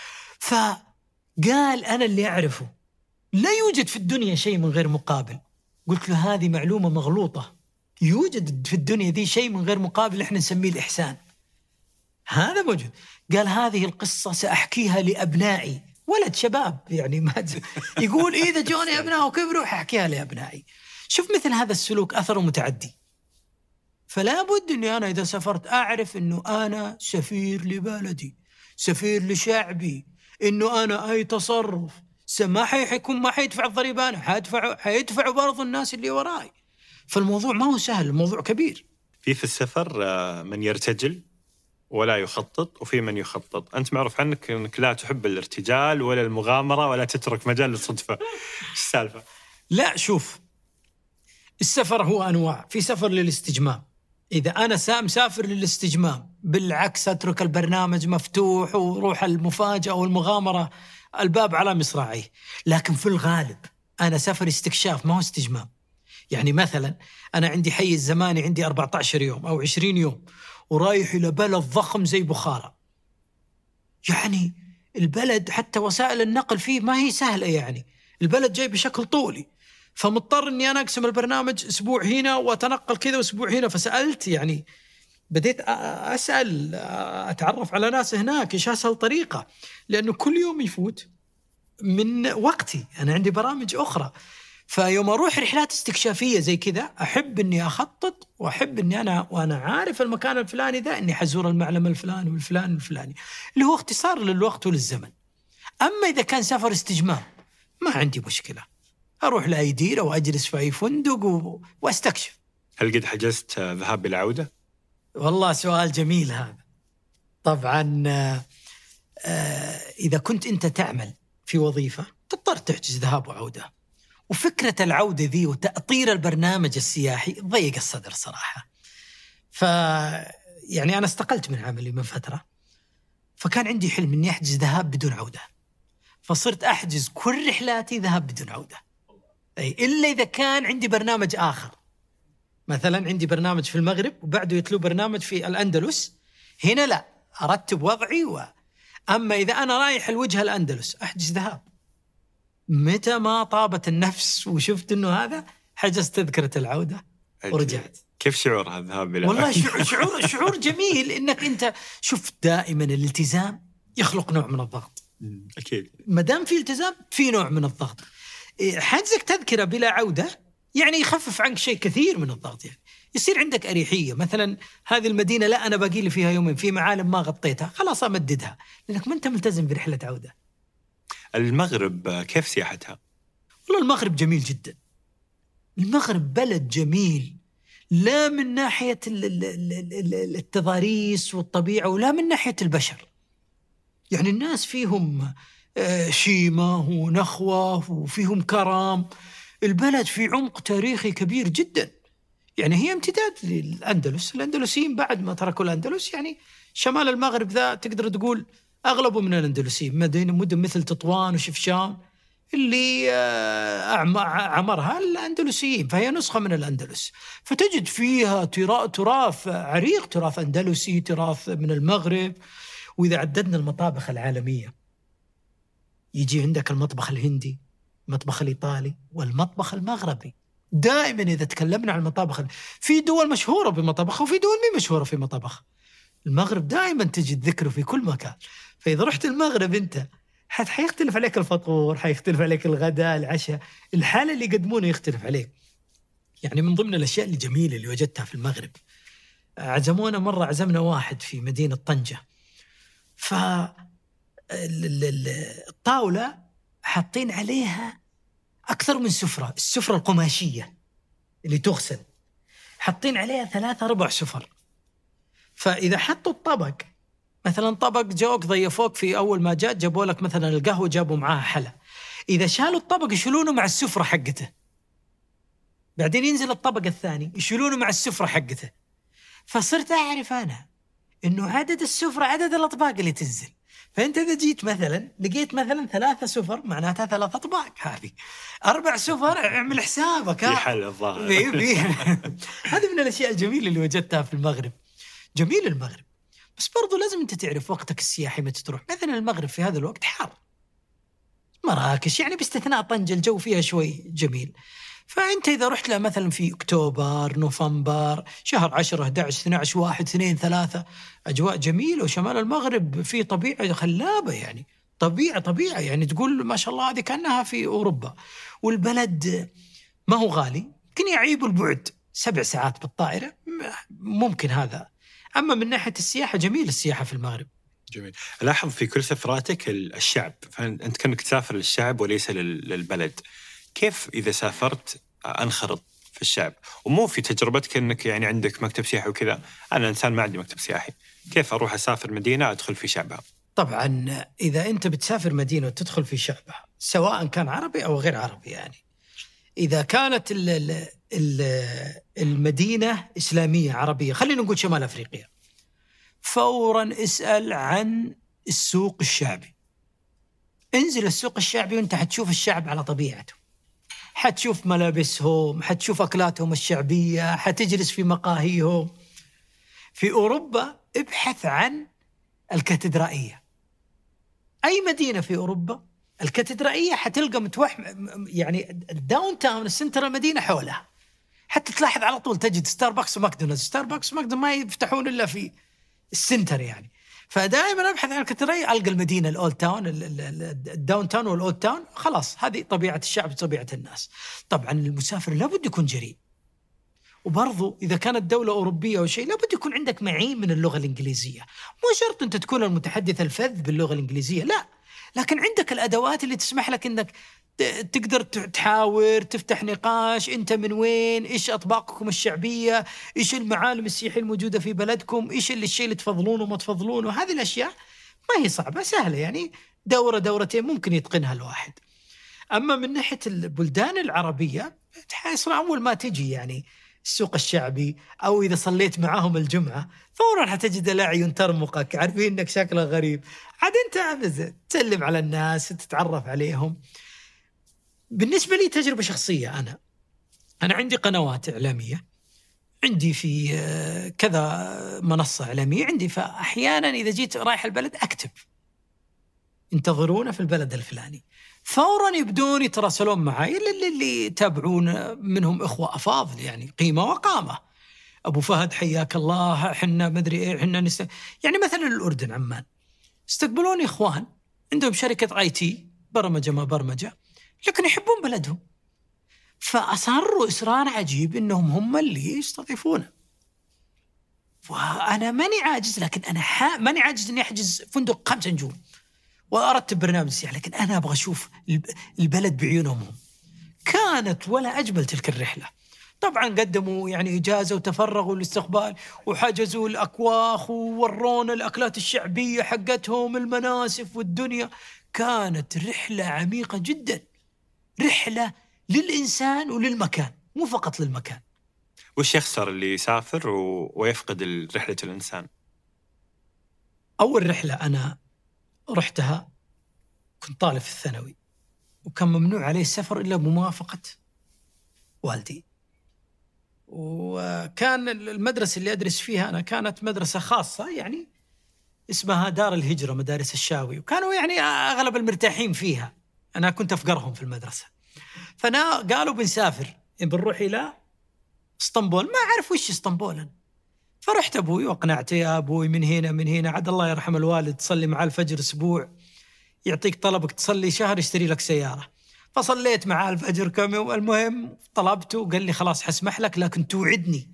فقال أنا اللي أعرفه لا يوجد في الدنيا شيء من غير مقابل. قلت له هذه معلومة مغلوطة، يوجد في الدنيا دي شيء من غير مقابل احنا نسميه الإحسان، هذا موجود. قال هذه القصة سأحكيها لأبنائي، ولد شباب يعني ما يقول إذا جوني أبنائه وكبروا حأحكيها لأبنائي. شوف مثل هذا السلوك أثره متعدي. فلا بد أني أنا إذا سافرت أعرف أنه أنا سفير لبلدي، سفير لشعبي، أنه أنا أي تصرف ما حيكون ما حيدفع الضريبة، أنا حيدفع حيدفع برضو الناس اللي وراي. فالموضوع ما هو سهل، الموضوع كبير. في في السفر من يرتجل ولا يخطط، وفي من يخطط. أنت معروف عنك أنك لا تحب الارتجال ولا المغامرة ولا تترك مجال للصدفة. إيش السالفة؟ لا شوف، السفر هو أنواع. في سفر للاستجمام، إذا أنا مسافر للاستجمام بالعكس أترك البرنامج مفتوح وروح المفاجأة والمغامرة الباب على مصراعيه. لكن في الغالب أنا سفر استكشاف ما هو استجمام. يعني مثلا أنا عندي حيز زماني، عندي أربعة عشر يوم أو عشرين يوم ورايح إلى بلد ضخم زي بخارى. يعني البلد حتى وسائل النقل فيه ما هي سهلة، يعني البلد جاي بشكل طولي، فمضطر أني أنا أقسم البرنامج أسبوع هنا وأتنقل كذا وأسبوع هنا. فسألت يعني بديت أسأل أتعرف على ناس هناك إيش أسهل طريقة، لأنه كل يوم يفوت من وقتي، أنا عندي برامج أخرى. فيوم أروح رحلات استكشافية زي كذا أحب أني أخطط، وأحب أني أنا وأنا عارف المكان الفلاني ذا أني حزور المعلم الفلاني والفلان الفلاني، اللي هو اختصار للوقت وللزمن. أما إذا كان سفر استجمام ما عندي مشكلة، أروح لأي ديرة وأجلس في أي فندق و... وأستكشف. هل قد حجزت ذهاب بالعودة؟ والله سؤال جميل هذا. طبعا آه إذا كنت أنت تعمل في وظيفة تضطر تحجز ذهاب وعودة، وفكرة العودة ذي وتأطير البرنامج السياحي ضيق الصدر صراحة. ف يعني أنا استقلت من عملي من فترة، فكان عندي حلم إني أحجز ذهاب بدون عودة، فصرت أحجز كل رحلاتي ذهاب بدون عودة. أي إلا إذا كان عندي برنامج آخر، مثلا عندي برنامج في المغرب وبعده يتلو برنامج في الأندلس، هنا لا أرتب وضعي و... أما إذا أنا رايح الوجهة الأندلس أحجز ذهاب، متى ما طابت النفس وشفت إنه هذا حجزت تذكرة العودة ورجعت. كيف شعور هذا الذهاب بالعودة؟ والله شعور شعور جميل، إنك أنت شوف دائما الالتزام يخلق نوع من الضغط. أكيد ما دام في التزام في نوع من الضغط. حجزك تذكرة بلا عودة يعني يخفف عنك شيء كثير من الضغط، يعني يصير عندك أريحية. مثلا هذه المدينة لا أنا باقي لي فيها يومين، في معالم ما غطيتها خلاص أمددها، لأنك ما أنت ملتزم برحلة عودة. المغرب كيف سياحتها؟ والله المغرب جميل جدا. المغرب بلد جميل، لا من ناحية التضاريس والطبيعة ولا من ناحية البشر. يعني الناس فيهم شيمة ونخوة وفيهم كرم. البلد في عمق تاريخي كبير جدا، يعني هي امتداد للأندلس. الأندلسيين بعد ما تركوا الأندلس يعني شمال المغرب ذا تقدر تقول أغلبه من الأندلسيين، مدن مثل تطوان وشفشاون اللي عمرها الأندلسيين، فهي نسخة من الأندلس. فتجد فيها تراث عريق، تراث أندلسي، تراث من المغرب. وإذا عددنا المطابخ العالمية يجي عندك المطبخ الهندي، المطبخ الإيطالي، والمطبخ المغربي. دائما إذا تكلمنا عن المطابخ، في دول مشهورة بمطابخها وفي دول مي مشهورة في مطابخها. المغرب دائما تجي تذكره في كل مكان. فإذا رحت المغرب أنت حت حيختلف عليك الفطور، حيختلف عليك الغداء، العشاء، الحالة اللي يقدمونه يختلف عليك. يعني من ضمن الأشياء اللي جميلة اللي وجدتها في المغرب، عزمونا مرة، عزمنا واحد في مدينة طنجة، فالطاولة حاطين عليها أكثر من سفرة، السفرة القماشية اللي تغسل حاطين عليها ثلاثة أربع سفر. فإذا حطوا الطبق مثلا، طبق جوك ضيفوك في أول ما جاء، جابوا لك مثلا القهوة جابوا معاها حلا، إذا شالوا الطبق يشيلونه مع السفرة حقته، بعدين ينزل الطبق الثاني يشيلونه مع السفرة حقته. فصرت أعرف أنا إنه عدد السفرة عدد الأطباق اللي تنزل. فأنت إذا جيت مثلا لقيت مثلا ثلاثة سفر معناتها ثلاثة أطباق، هذه أربع سفر اعمل حسابك. في حل الظاهر. هذه من الأشياء الجميلة اللي وجدتها في المغرب. جميل المغرب، بس برضو لازم أنت تعرف وقتك السياحي متى تروح. مثلا المغرب في هذا الوقت حار، مراكش يعني باستثناء طنجة الجو فيها شوي جميل. فأنت إذا رحت له مثلا في أكتوبر، نوفمبر، شهر عشرة، أحد عشر، اثنا عشر، واحد، اثنين، ثلاثة، أجواء جميلة. وشمال المغرب فيه طبيعة خلابة، يعني طبيعة طبيعة يعني تقول ما شاء الله هذه كأنها في أوروبا. والبلد ما هو غالي، يمكن يعيب البعد سبع ساعات بالطائرة ممكن هذا. أما من ناحية السياحة جميل السياحة في المغرب. جميل. لاحظ في كل سفراتك الشعب، فأنت كأنك تسافر للشعب وليس للبلد. كيف إذا سافرت أنخرط في الشعب ومو في تجربتك أنك يعني عندك مكتب سياحي وكذا؟ أنا إنسان ما عندي مكتب سياحي، كيف أروح أسافر مدينة أدخل في شعبها؟ طبعا إذا أنت بتسافر مدينة وتدخل في شعبها سواء كان عربي أو غير عربي، يعني إذا كانت ال ال ال المدينة إسلامية عربية، خلينا نقول شمال أفريقيا، فوراً اسأل عن السوق الشعبي. انزل السوق الشعبي وانت حتشوف الشعب على طبيعته، حتشوف ملابسهم، حتشوف أكلاتهم الشعبية، حتجلس في مقاهيهم. في أوروبا ابحث عن الكاتدرائية، أي مدينة في أوروبا الكاتدرائية حتلقى متوح، يعني الداون تاون السنتر المدينة حولها، حتى تلاحظ على طول تجد ستاربكس وماكدونالدز. ستاربكس وماكدونالدز ما يفتحون إلا في السنتر يعني. فدائما أبحث عن الكاتدرائية، ألقى المدينة الأولد تاون، الداون تاون والأولد تاون، خلاص هذه طبيعة الشعب وطبيعة الناس. طبعا المسافر لابد يكون جريء، وبرضو إذا كانت دولة أوروبية أو شيء لابد يكون عندك معين من اللغة الإنجليزية. مو شرط أنت تكون المتحدث الفذ باللغة الإنجليزية، لا، لكن عندك الأدوات اللي تسمح لك أنك تقدر تحاور، تفتح نقاش، أنت من وين، إيش أطباقكم الشعبية، إيش المعالم السياحية الموجودة في بلدكم، إيش اللي الشيء اللي تفضلونه وما تفضلونه. هذه الأشياء ما هي صعبة، سهلة، يعني دورة دورتين ممكن يتقنها الواحد. أما من ناحية البلدان العربية تحس أول ما تجي يعني السوق الشعبي أو إذا صليت معاهم الجمعة فورا حتجد الأعين ترمقك، عارفين إنك شكلك غريب، عاد أنت تسلم على الناس تتعرف عليهم. بالنسبة لي تجربة شخصية، أنا أنا عندي قنوات إعلامية، عندي في كذا منصة إعلامية عندي، فأحيانا إذا جيت رايح البلد أكتب انتظرونا في البلد الفلاني، فورا يبدون يتراسلون معي اللي, اللي يتابعون منهم إخوة أفاضل يعني قيمة وقامة. أبو فهد حياك الله، حنا مدري إيه، حنا نست... يعني مثلا الأردن عمان استقبلوني إخوان عندهم شركة آي تي، برمجة ما برمجة، لكن يحبون بلدهم، فأصروا إصرار عجيب إنهم هم اللي يستضيفونه. وأنا ماني عاجز، لكن أنا ح... ماني عاجز إني أحجز فندق خمسة نجوم وأردت برنامج سياحي، لكن أنا أبغى أشوف البلد بعيونهم هم. كانت ولا أجمل تلك الرحلة. طبعا قدموا يعني إجازة وتفرغوا للاستقبال وحجزوا الأكواخ وورونا الأكلات الشعبية حقتهم، المناسف والدنيا. كانت رحلة عميقة جدا، رحلة للإنسان وللمكان، مو فقط للمكان. وش يخسر اللي يسافر و... ويفقد رحلة الإنسان؟ أول رحلة أنا رحتها كنت طالب في الثانوي، وكان ممنوع عليه السفر إلا بموافقة والدي. وكان المدرسة اللي أدرس فيها أنا كانت مدرسة خاصة يعني اسمها دار الهجرة، مدارس الشاوي، وكانوا يعني أغلب المرتاحين فيها، أنا كنت أفقرهم في المدرسة. فأنا قالوا بنسافر بنروح إلى اسطنبول، ما أعرف وش اسطنبول، فرحت أبوي وأقنعته، يا أبوي من هنا من هنا، عاد الله يرحم الوالد تصلي مع الفجر أسبوع يعطيك طلبك تصلي شهر يشتري لك سيارة. فصليت معاه الفجر كم يوم، المهم طلبته وقال لي خلاص حسمح لك لكن توعدني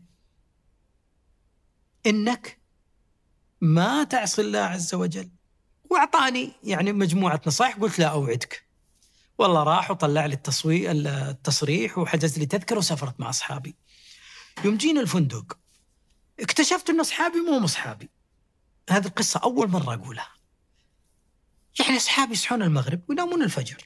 إنك ما تعصي الله عز وجل. وأعطاني يعني مجموعة نصائح، قلت لا أوعدك. والله راح وطلع لي التصوي التصريح وحجز لي تذكرة وسافرت مع أصحابي. يوم جينا الفندق اكتشفت إن أصحابي مو أصحابي. هذه القصة أول مرة أقولها. يعني أصحابي يصحون المغرب وينامون الفجر.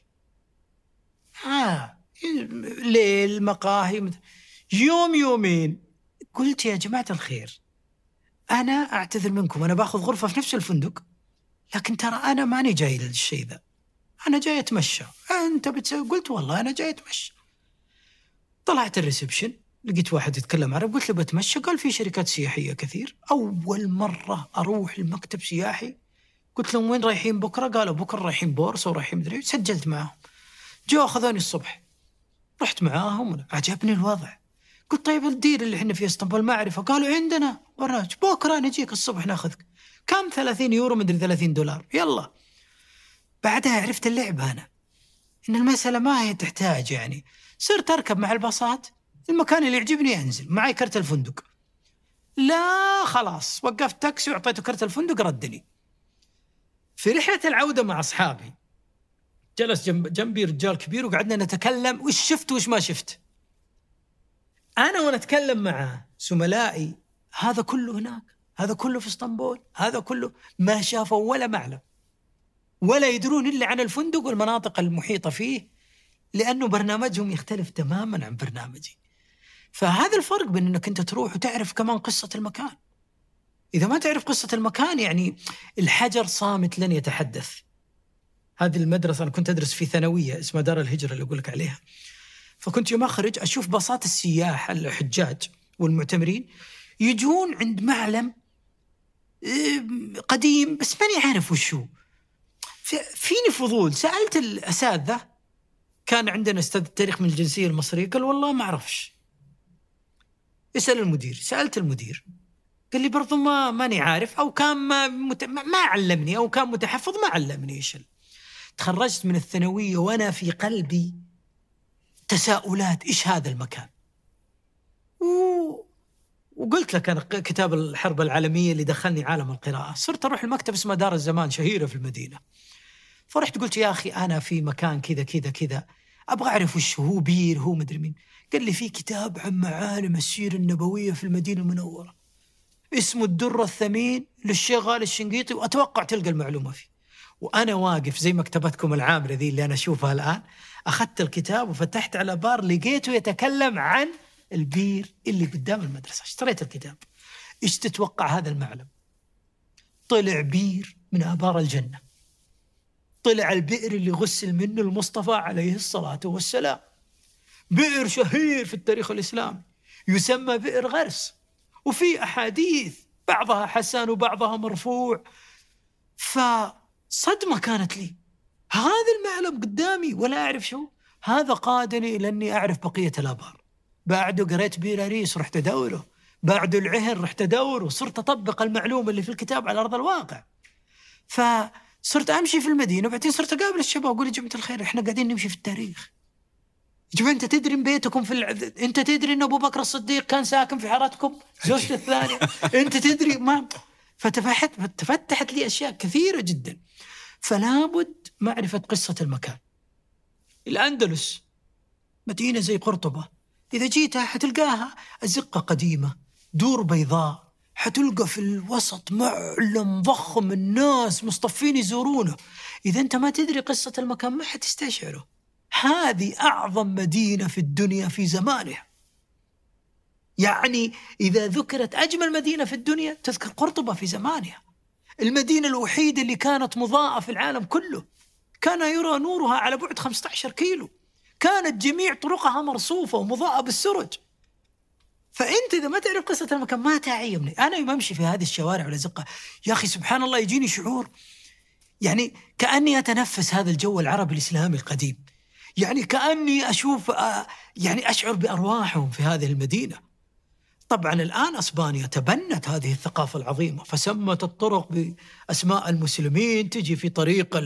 آه ليل مقاهي يوم يومين. قلت يا جماعة الخير أنا أعتذر منكم، أنا باخذ غرفة في نفس الفندق، لكن ترى أنا ماني جاي للشيء ذا، أنا جاي أتمشى. أنت بتسوي؟ قلت والله أنا جاي أتمشى. طلعت الريسبشن لقيت واحد يتكلم عربي، قلت له بتمشى، قال في شركات سياحية كثير. أول مرة أروح المكتب سياحي. قلت لهم وين رايحين بكرة؟ قالوا بكرة رايحين بورصة ورايحين مدري. سجلت معهم، جو أخذوني الصبح، رحت معاهم، عجبني الوضع. قلت طيب الدير اللي احنا في اسطنبول ما أعرفه. قالوا عندنا وراج، بكرة نجيك الصبح ناخذك. كم؟ ثلاثين يورو مدري ثلاثين دولار. يلا. بعدها عرفت اللعبة أنا، إن المسألة ما هي تحتاج يعني. صرت أركب مع الباصات، المكان اللي يعجبني أنزل، معي كرت الفندق. لا خلاص وقفت تاكسي وعطيته كرت الفندق ردني. في رحلة العودة مع أصحابي جلس جنب جنبي رجال كبير وقعدنا نتكلم وش شفت وش ما شفت. أنا ونتكلم مع زملائي هذا كله هناك، هذا كله في اسطنبول، هذا كله ما شافوا ولا معلم ولا يدرون إلا عن الفندق والمناطق المحيطة فيه، لأنه برنامجهم يختلف تماما عن برنامجي. فهذا الفرق بين أنك أنت تروح وتعرف كمان قصة المكان. إذا ما تعرف قصة المكان يعني الحجر صامت لن يتحدث. هذه المدرسة أنا كنت أدرس في ثانوية اسمها دار الهجرة اللي أقول لك عليها. فكنت يوم أخرج أشوف باصات السياح الحجاج والمعتمرين يجون عند معلم قديم بس ماني عارف وشو. فيني فضول، سألت الأساتذة، كان عندنا أستاذ التاريخ من الجنسية المصرية، قال والله ما أعرفش. اسأل المدير. سألت المدير قال لي برضو ما ماني عارف، أو كان ما, مت... ما علمني، أو كان متحفظ ما علمني إيش. تخرجت من الثانوية وأنا في قلبي تساؤلات، إيش هذا المكان. و... وقلت لك أنا كتاب الحرب العالمية اللي دخلني عالم القراءة. صرت أروح المكتب اسمه دار الزمان شهيرة في المدينة. فرحت قلت يا أخي أنا في مكان كذا كذا كذا أبغى أعرف وش هو، بير هو مدري مين. قال لي في كتاب عن معالم السيرة النبوية في المدينة المنورة اسمه الدر الثمين للشيخ غالي الشنقيطي، وأتوقع تلقى المعلومة فيه. وأنا واقف زي مكتبتكم العامرة ذي اللي أنا أشوفها الآن، أخذت الكتاب وفتحت على بار لقيته يتكلم عن البير اللي قدام المدرسة. اشتريت الكتاب. إيش تتوقع هذا المعلم؟ طلع بير من آبار الجنة، طلع البئر اللي غسل منه المصطفى عليه الصلاة والسلام، بئر شهير في التاريخ الإسلامي يسمى بئر غرس، وفي أحاديث بعضها حسن وبعضها مرفوع. فصدمة كانت لي، هذا المعلم قدامي ولا أعرف شو. هذا قادني إلى أني أعرف بقية الآبار. بعده قريت بير أريس رحت أدوره، بعده العهر رحت أدوره، وصرت أطبق المعلومة اللي في الكتاب على أرض الواقع. فصرت أمشي في المدينة، وبعدين صرت أقابل الشباب أقول يا جماعة الخير إحنا قاعدين نمشي في التاريخ. يا جماعة أنت تدري بيتكم في الع... أنت تدري إن أبو بكر الصديق كان ساكن في حارتكم زوجته الثانية. أنت تدري ما فتفتحت فتفتحت لي أشياء كثيرة جدا. فلا بد معرفة قصة المكان. الأندلس مدينة زي قرطبة، إذا جيتها حتلقاها أزقة قديمة، دور بيضاء، حتلقى في الوسط معلم ضخم الناس مصطفين يزورونه. إذا أنت ما تدري قصة المكان ما حتستشعره. هذه أعظم مدينة في الدنيا في زمانها. يعني إذا ذكرت أجمل مدينة في الدنيا تذكر قرطبة في زمانها. المدينة الوحيدة اللي كانت مضاءة في العالم كله، كان يرى نورها على بعد خمسة عشر كيلو، كانت جميع طرقها مرصوفة ومضاءة بالسرج. فأنت إذا ما تعرف قصة المكان ما تعيمني. أنا يوم أمشي في هذه الشوارع والأزقة يا أخي سبحان الله يجيني شعور يعني كأني أتنفس هذا الجو العربي الإسلامي القديم، يعني كأني أشوف يعني أشعر بأرواحهم في هذه المدينة. طبعا الآن أسبانيا تبنت هذه الثقافة العظيمة، فسمت الطرق بأسماء المسلمين، تجي في طريق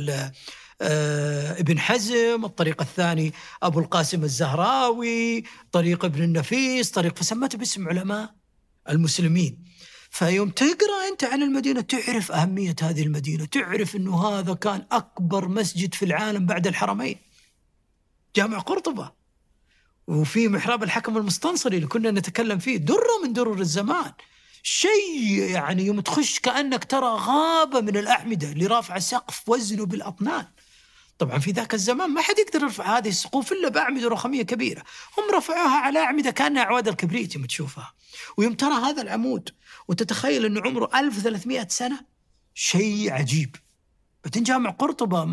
ابن حزم، الطريق الثاني أبو القاسم الزهراوي، طريق ابن النفيس، طريق، فسمته باسم علماء المسلمين. فيوم تقرأ أنت عن المدينة تعرف أهمية هذه المدينة، تعرف أنه هذا كان أكبر مسجد في العالم بعد الحرمين، جامع قرطبة، وفي محراب الحكم المستنصري اللي كنا نتكلم فيه، درة من درر الزمان، شيء يعني يوم تخش كأنك ترى غابة من الأعمدة اللي رافع سقف وزنه بالأطنان. طبعا في ذاك الزمان ما حد يقدر يرفع هذه السقوف إلا بأعمدة رخامية كبيرة، هم رفعوها على أعمدة كأنها أعواد الكبريت يوم تشوفها. ويوم ترى هذا العمود وتتخيل أنه عمره ألف وثلاثمائة سنة، شيء عجيب. بعدين جامع قرطبة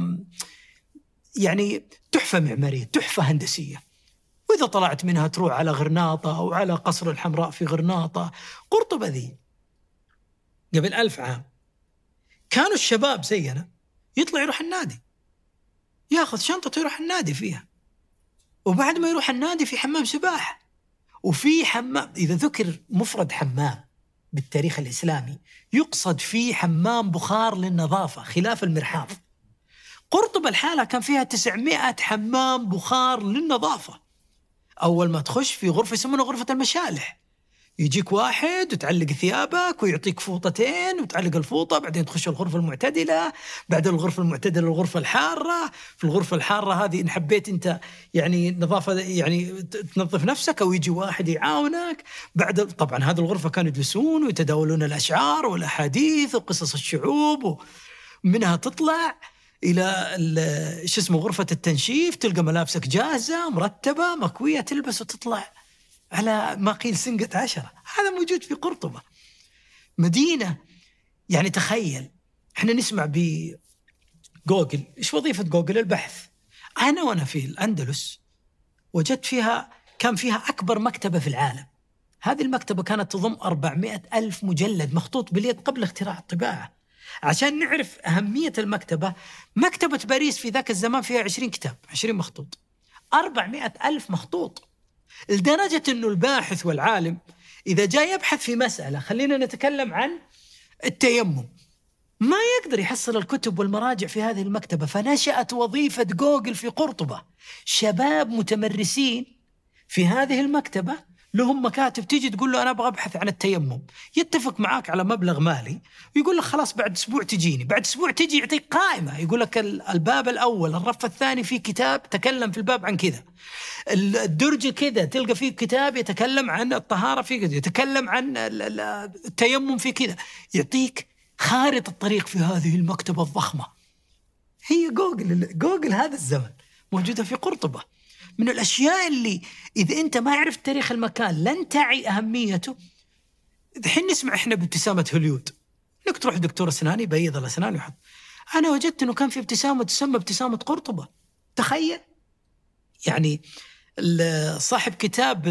يعني تحفة معمارية، تحفة هندسية، وإذا طلعت منها تروح على غرناطة أو على قصر الحمراء في غرناطة. قرطبة ذي قبل ألف عام كانوا الشباب زينا يطلع يروح النادي، ياخذ شنطته يروح النادي فيها، وبعد ما يروح النادي في حمام سباحة، وفي حمام. إذا ذكر مفرد حمام بالتاريخ الإسلامي يقصد فيه حمام بخار للنظافة خلاف المرحاض. قرطبة الحالة كان فيها تسعمائة حمام بخار للنظافة. أول ما تخش في غرفة يسمونها غرفة المشالح، يجيك واحد وتعلق ثيابك ويعطيك فوطتين وتعلق الفوطة، بعدين تخش الغرفة المعتدلة، بعد الغرفة المعتدلة الغرفة الحارة. في الغرفة الحارة هذه إن حبيت أنت يعني نظافة يعني تنظف نفسك أو يجي واحد يعاونك. بعد طبعا هذه الغرفة كانوا يجلسون ويتداولون الأشعار والأحاديث وقصص الشعوب، ومنها تطلع إلى شو اسمه غرفة التنشيف، تلقى ملابسك جاهزة مرتبة مكوية، تلبس وتطلع على ما قيل سنقة عشرة. هذا موجود في قرطبة، مدينة يعني تخيل. احنا نسمع بجوجل، ايش وظيفة جوجل؟ البحث. أنا وأنا في الأندلس وجدت فيها، كان فيها أكبر مكتبة في العالم. هذه المكتبة كانت تضم أربعمائة ألف مجلد مخطوط باليد قبل اختراع الطباعة. عشان نعرف أهمية المكتبة، مكتبة باريس في ذاك الزمان فيها عشرين كتاب، عشرين مخطوط، أربعمائة ألف مخطوط، لدرجة أنه الباحث والعالم إذا جاء يبحث في مسألة، خلينا نتكلم عن التيمم، ما يقدر يحصل الكتب والمراجع في هذه المكتبة. فنشأت وظيفة جوجل في قرطبة، شباب متمرسين في هذه المكتبة لهم مكاتب، تيجي تقول له أنا أبغى أبحث عن التيمم، يتفق معاك على مبلغ مالي ويقول لك خلاص بعد أسبوع تجيني. بعد أسبوع تجي يعطيك قائمة، يقول لك الباب الأول الرف الثاني فيه كتاب تكلم في الباب عن كذا، الدرج كذا تلقى فيه كتاب يتكلم عن الطهارة في كذا، يتكلم عن التيمم في كذا، يعطيك خارطة الطريق في هذه المكتبة الضخمة. هي جوجل، جوجل هذا الزمن موجودة في قرطبة. من الأشياء اللي إذا أنت ما عرفت تاريخ المكان لن تعي أهميته. الحين نسمع إحنا بابتسامة هوليود، إنك تروح دكتور أسنان يبيض الأسنان ويحط. أنا وجدت إنه كان في ابتسامة تسمى ابتسامة قرطبة. تخيل يعني صاحب كتاب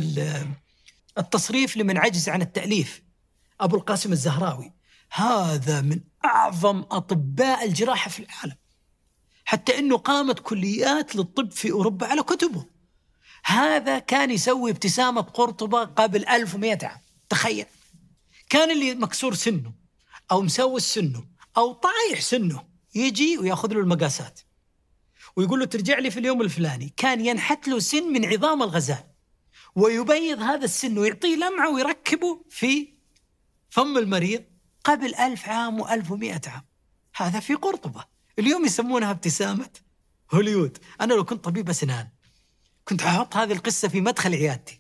التصريف لمن عجز عن التأليف أبو القاسم الزهراوي، هذا من أعظم أطباء الجراحة في العالم، حتى إنه قامت كليات للطب في أوروبا على كتبه. هذا كان يسوي ابتسامة قرطبة قبل ألف ومئة عام. تخيل، كان اللي مكسور سنه أو مسوس سنه أو طايح سنه يجي ويأخذ له المقاسات ويقول له ترجع لي في اليوم الفلاني. كان ينحت له سن من عظام الغزال ويبيض هذا السن ويعطيه لمعة ويركبه في فم المريض قبل ألف عام وألف ومئة عام. هذا في قرطبة. اليوم يسمونها ابتسامة هوليود. أنا لو كنت طبيب أسنان كنت أحط هذه القصة في مدخل عيادتي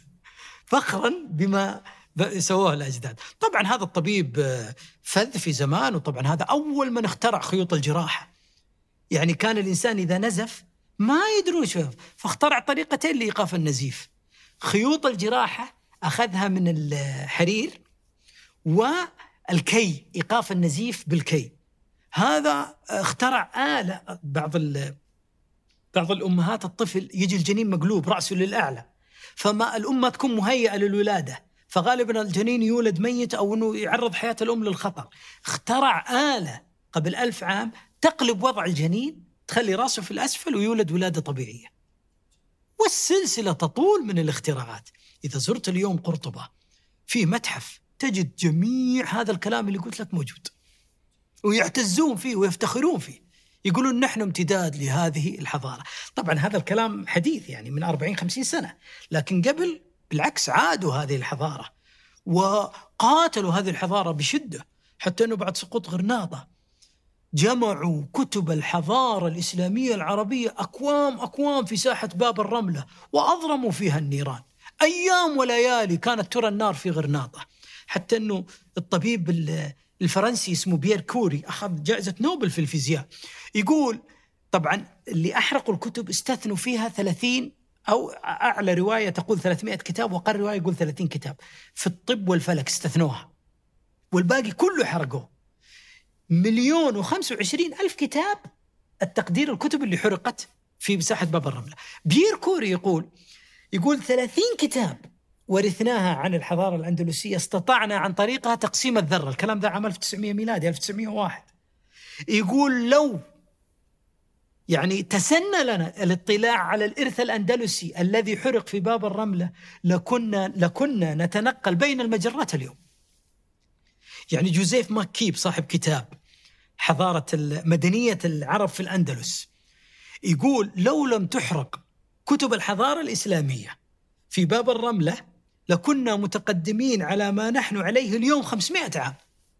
فخرا بما سووه الأجداد. طبعا هذا الطبيب فذ في زمان، وطبعا هذا أول من اخترع خيوط الجراحة. يعني كان الإنسان إذا نزف ما يدرون شوف، فاخترع طريقتين لإيقاف النزيف. خيوط الجراحة أخذها من الحرير، والكي إيقاف النزيف بالكي. هذا اخترع آلة. بعض بعض الأمهات الطفل يجي الجنين مقلوب رأسه للأعلى، فما الأم تكون مهيئة للولادة، فغالبا الجنين يولد ميت أو أنه يعرض حياة الأم للخطر. اخترع آلة قبل ألف عام تقلب وضع الجنين، تخلي رأسه في الأسفل ويولد ولادة طبيعية. والسلسلة تطول من الاختراعات. إذا زرت اليوم قرطبة في متحف تجد جميع هذا الكلام اللي قلت لك موجود، ويعتزون فيه ويفتخرون فيه، يقولون نحن امتداد لهذه الحضارة. طبعا هذا الكلام حديث يعني من أربعين خمسين سنة، لكن قبل بالعكس عادوا هذه الحضارة وقاتلوا هذه الحضارة بشدة، حتى أنه بعد سقوط غرناطة جمعوا كتب الحضارة الإسلامية العربية أكوام أكوام في ساحة باب الرملة وأضرموا فيها النيران. أيام وليالي كانت ترى النار في غرناطة، حتى أنه الطبيب الفرنسي اسمه بيير كوري أخذ جائزة نوبل في الفيزياء، يقول طبعا اللي أحرقوا الكتب استثنوا فيها ثلاثين أو أعلى رواية تقول ثلاثمائة كتاب، وأقل رواية يقول ثلاثين كتاب في الطب والفلك استثنوها، والباقي كله حرقوه. مليون وخمسة وعشرين ألف كتاب التقدير الكتب اللي حرقت في مساحة باب الرملة. بيير كوري يقول يقول ثلاثين كتاب ورثناها عن الحضارة الأندلسية استطعنا عن طريقها تقسيم الذرة. الكلام ذا عام ألف وتسعمائة ميلادي ألف وتسعمائة وواحد. يقول لو يعني تسنى لنا الاطلاع على الإرث الأندلسي الذي حرق في باب الرملة لكنا, لكنا نتنقل بين المجرات اليوم. يعني جوزيف ماكيب صاحب كتاب حضارة مدنية العرب في الأندلس يقول لو لم تحرق كتب الحضارة الإسلامية في باب الرملة لكنا متقدمين على ما نحن عليه اليوم خمسمائة عام.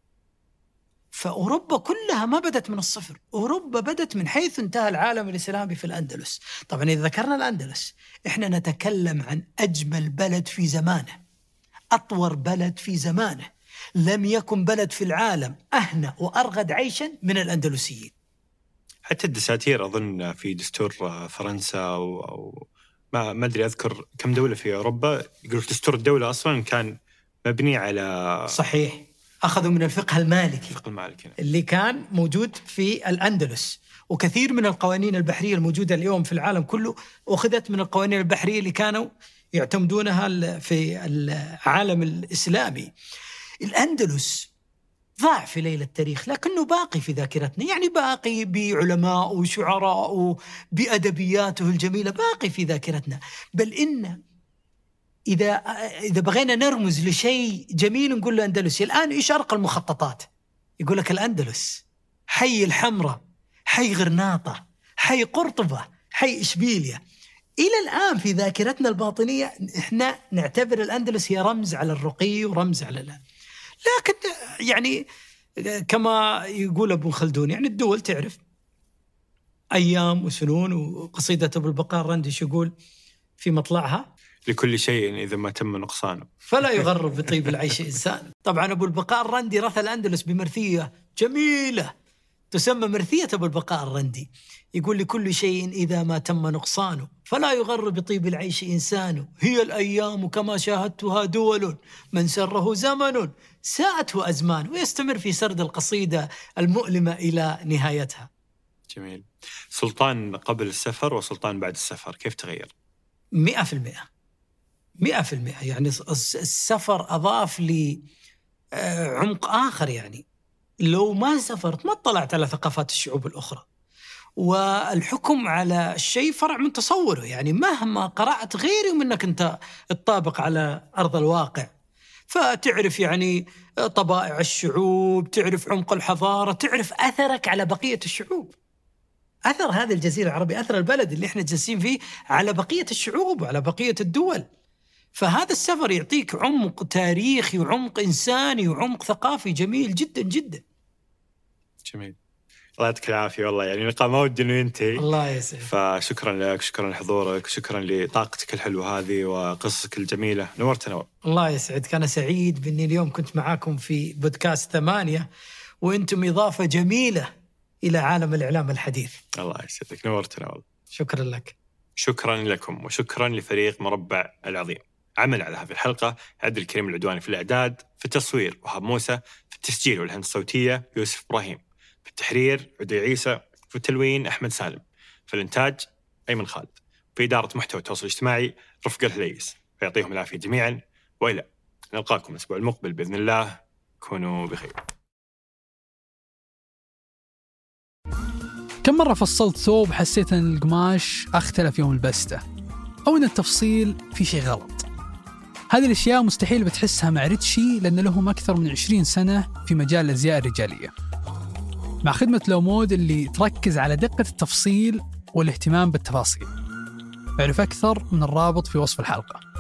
فأوروبا كلها ما بدت من الصفر، أوروبا بدت من حيث انتهى العالم الإسلامي في الأندلس. طبعا إذا ذكرنا الأندلس إحنا نتكلم عن أجمل بلد في زمانه، أطور بلد في زمانه، لم يكن بلد في العالم أهنأ وأرغد عيشا من الأندلسيين. حتى الدساتير أظن في دستور فرنسا أو, أو ما ما أدري أذكر كم دولة في أوروبا يقولوا دستور الدولة أصلا كان مبني على صحيح أخذوا من الفقه المالكي, الفقه المالكي اللي كان موجود في الأندلس، وكثير من القوانين البحرية الموجودة اليوم في العالم كله أخذت من القوانين البحرية اللي كانوا يعتمدونها في العالم الإسلامي. الأندلس ضاع في ليل التاريخ لكنه باقي في ذاكرتنا، يعني باقي بعلماء وشعراء بأدبياته الجميلة، باقي في ذاكرتنا. بل إن إذا إذا بغينا نرمز لشيء جميل نقول له أندلسي. الآن إيش أرقى المخططات؟ يقول لك الأندلس، حي الحمراء، حي غرناطة، حي قرطبة، حي إشبيلية. إلى الآن في ذاكرتنا الباطنية إحنا نعتبر الأندلس هي رمز على الرقي ورمز على الآن. لكن يعني كما يقول ابن خلدون يعني الدول تعرف أيام وسنون. وقصيدة أبو البقاء الرندي يقول في مطلعها لكل شيء إذا ما تم نقصانه فلا يغرب بطيب العيش إنسان. طبعا أبو البقاء الرندي رثى الأندلس بمرثية جميلة تسمى مرثية أبو البقاء الرندي. يقول لكل شيء إذا ما تم نقصانه فلا يغرب بطيب العيش إنسان، هي الأيام كما شاهدتها دول، من سره زمن ساءته أزمان. ويستمر في سرد القصيدة المؤلمة إلى نهايتها. جميل. سلطان قبل السفر وسلطان بعد السفر كيف تغير؟ مئة في المئة مئة في المئة. يعني السفر أضاف لي عمق آخر. يعني لو ما سافرت ما اطلعت على ثقافات الشعوب الأخرى، والحكم على الشيء فرع من تصوره. يعني مهما قرأت غير منك أنت تطابق على أرض الواقع، فتعرف يعني طبائع الشعوب، تعرف عمق الحضارة، تعرف أثرك على بقية الشعوب، أثر هذه الجزيرة العربية، أثر البلد اللي احنا جالسين فيه على بقية الشعوب وعلى بقية الدول. فهذا السفر يعطيك عمق تاريخي وعمق إنساني وعمق ثقافي جميل جدا جدا. جميل. الله يعطيك العافية والله، يعني لقاء ما ودي إنه ينتهي. الله يسعدك. فشكرا لك، شكرا لحضورك، شكرا لطاقتك الحلوة هذه وقصصك الجميلة. نورتنا. الله يسعدك. أنا سعيد بإني اليوم كنت معاكم في بودكاست ثمانية، وأنتم إضافة جميلة إلى عالم الإعلام الحديث. الله يسعدك، نورتنا والله. شكرا لك. شكرا لكم، وشكرا لفريق مربع العظيم. عمل على هذه الحلقة عبد الكريم العدواني في الإعداد، في التصوير وهاب موسى، في التسجيل والهندسة الصوتية يوسف إبراهيم، في التحرير عدي عيسى، في التلوين أحمد سالم، في الإنتاج أيمن خالد، في إدارة محتوى التواصل الاجتماعي رفقة الهليس. فيعطيهم العافية جميعا، وإلى نلقاكم الأسبوع المقبل بإذن الله. كونوا بخير. كم مرة فصلت ثوب حسيت أن القماش أختلف يوم لبسته، أو أن التفصيل في شيء غلط؟ هذه الأشياء مستحيل بتحسها مع ريتشي لأن لهم أكثر من عشرين سنة في مجال الأزياء الرجالية، مع خدمة لو مود اللي تركز على دقة التفصيل والاهتمام بالتفاصيل. اعرف أكثر من الرابط في وصف الحلقة.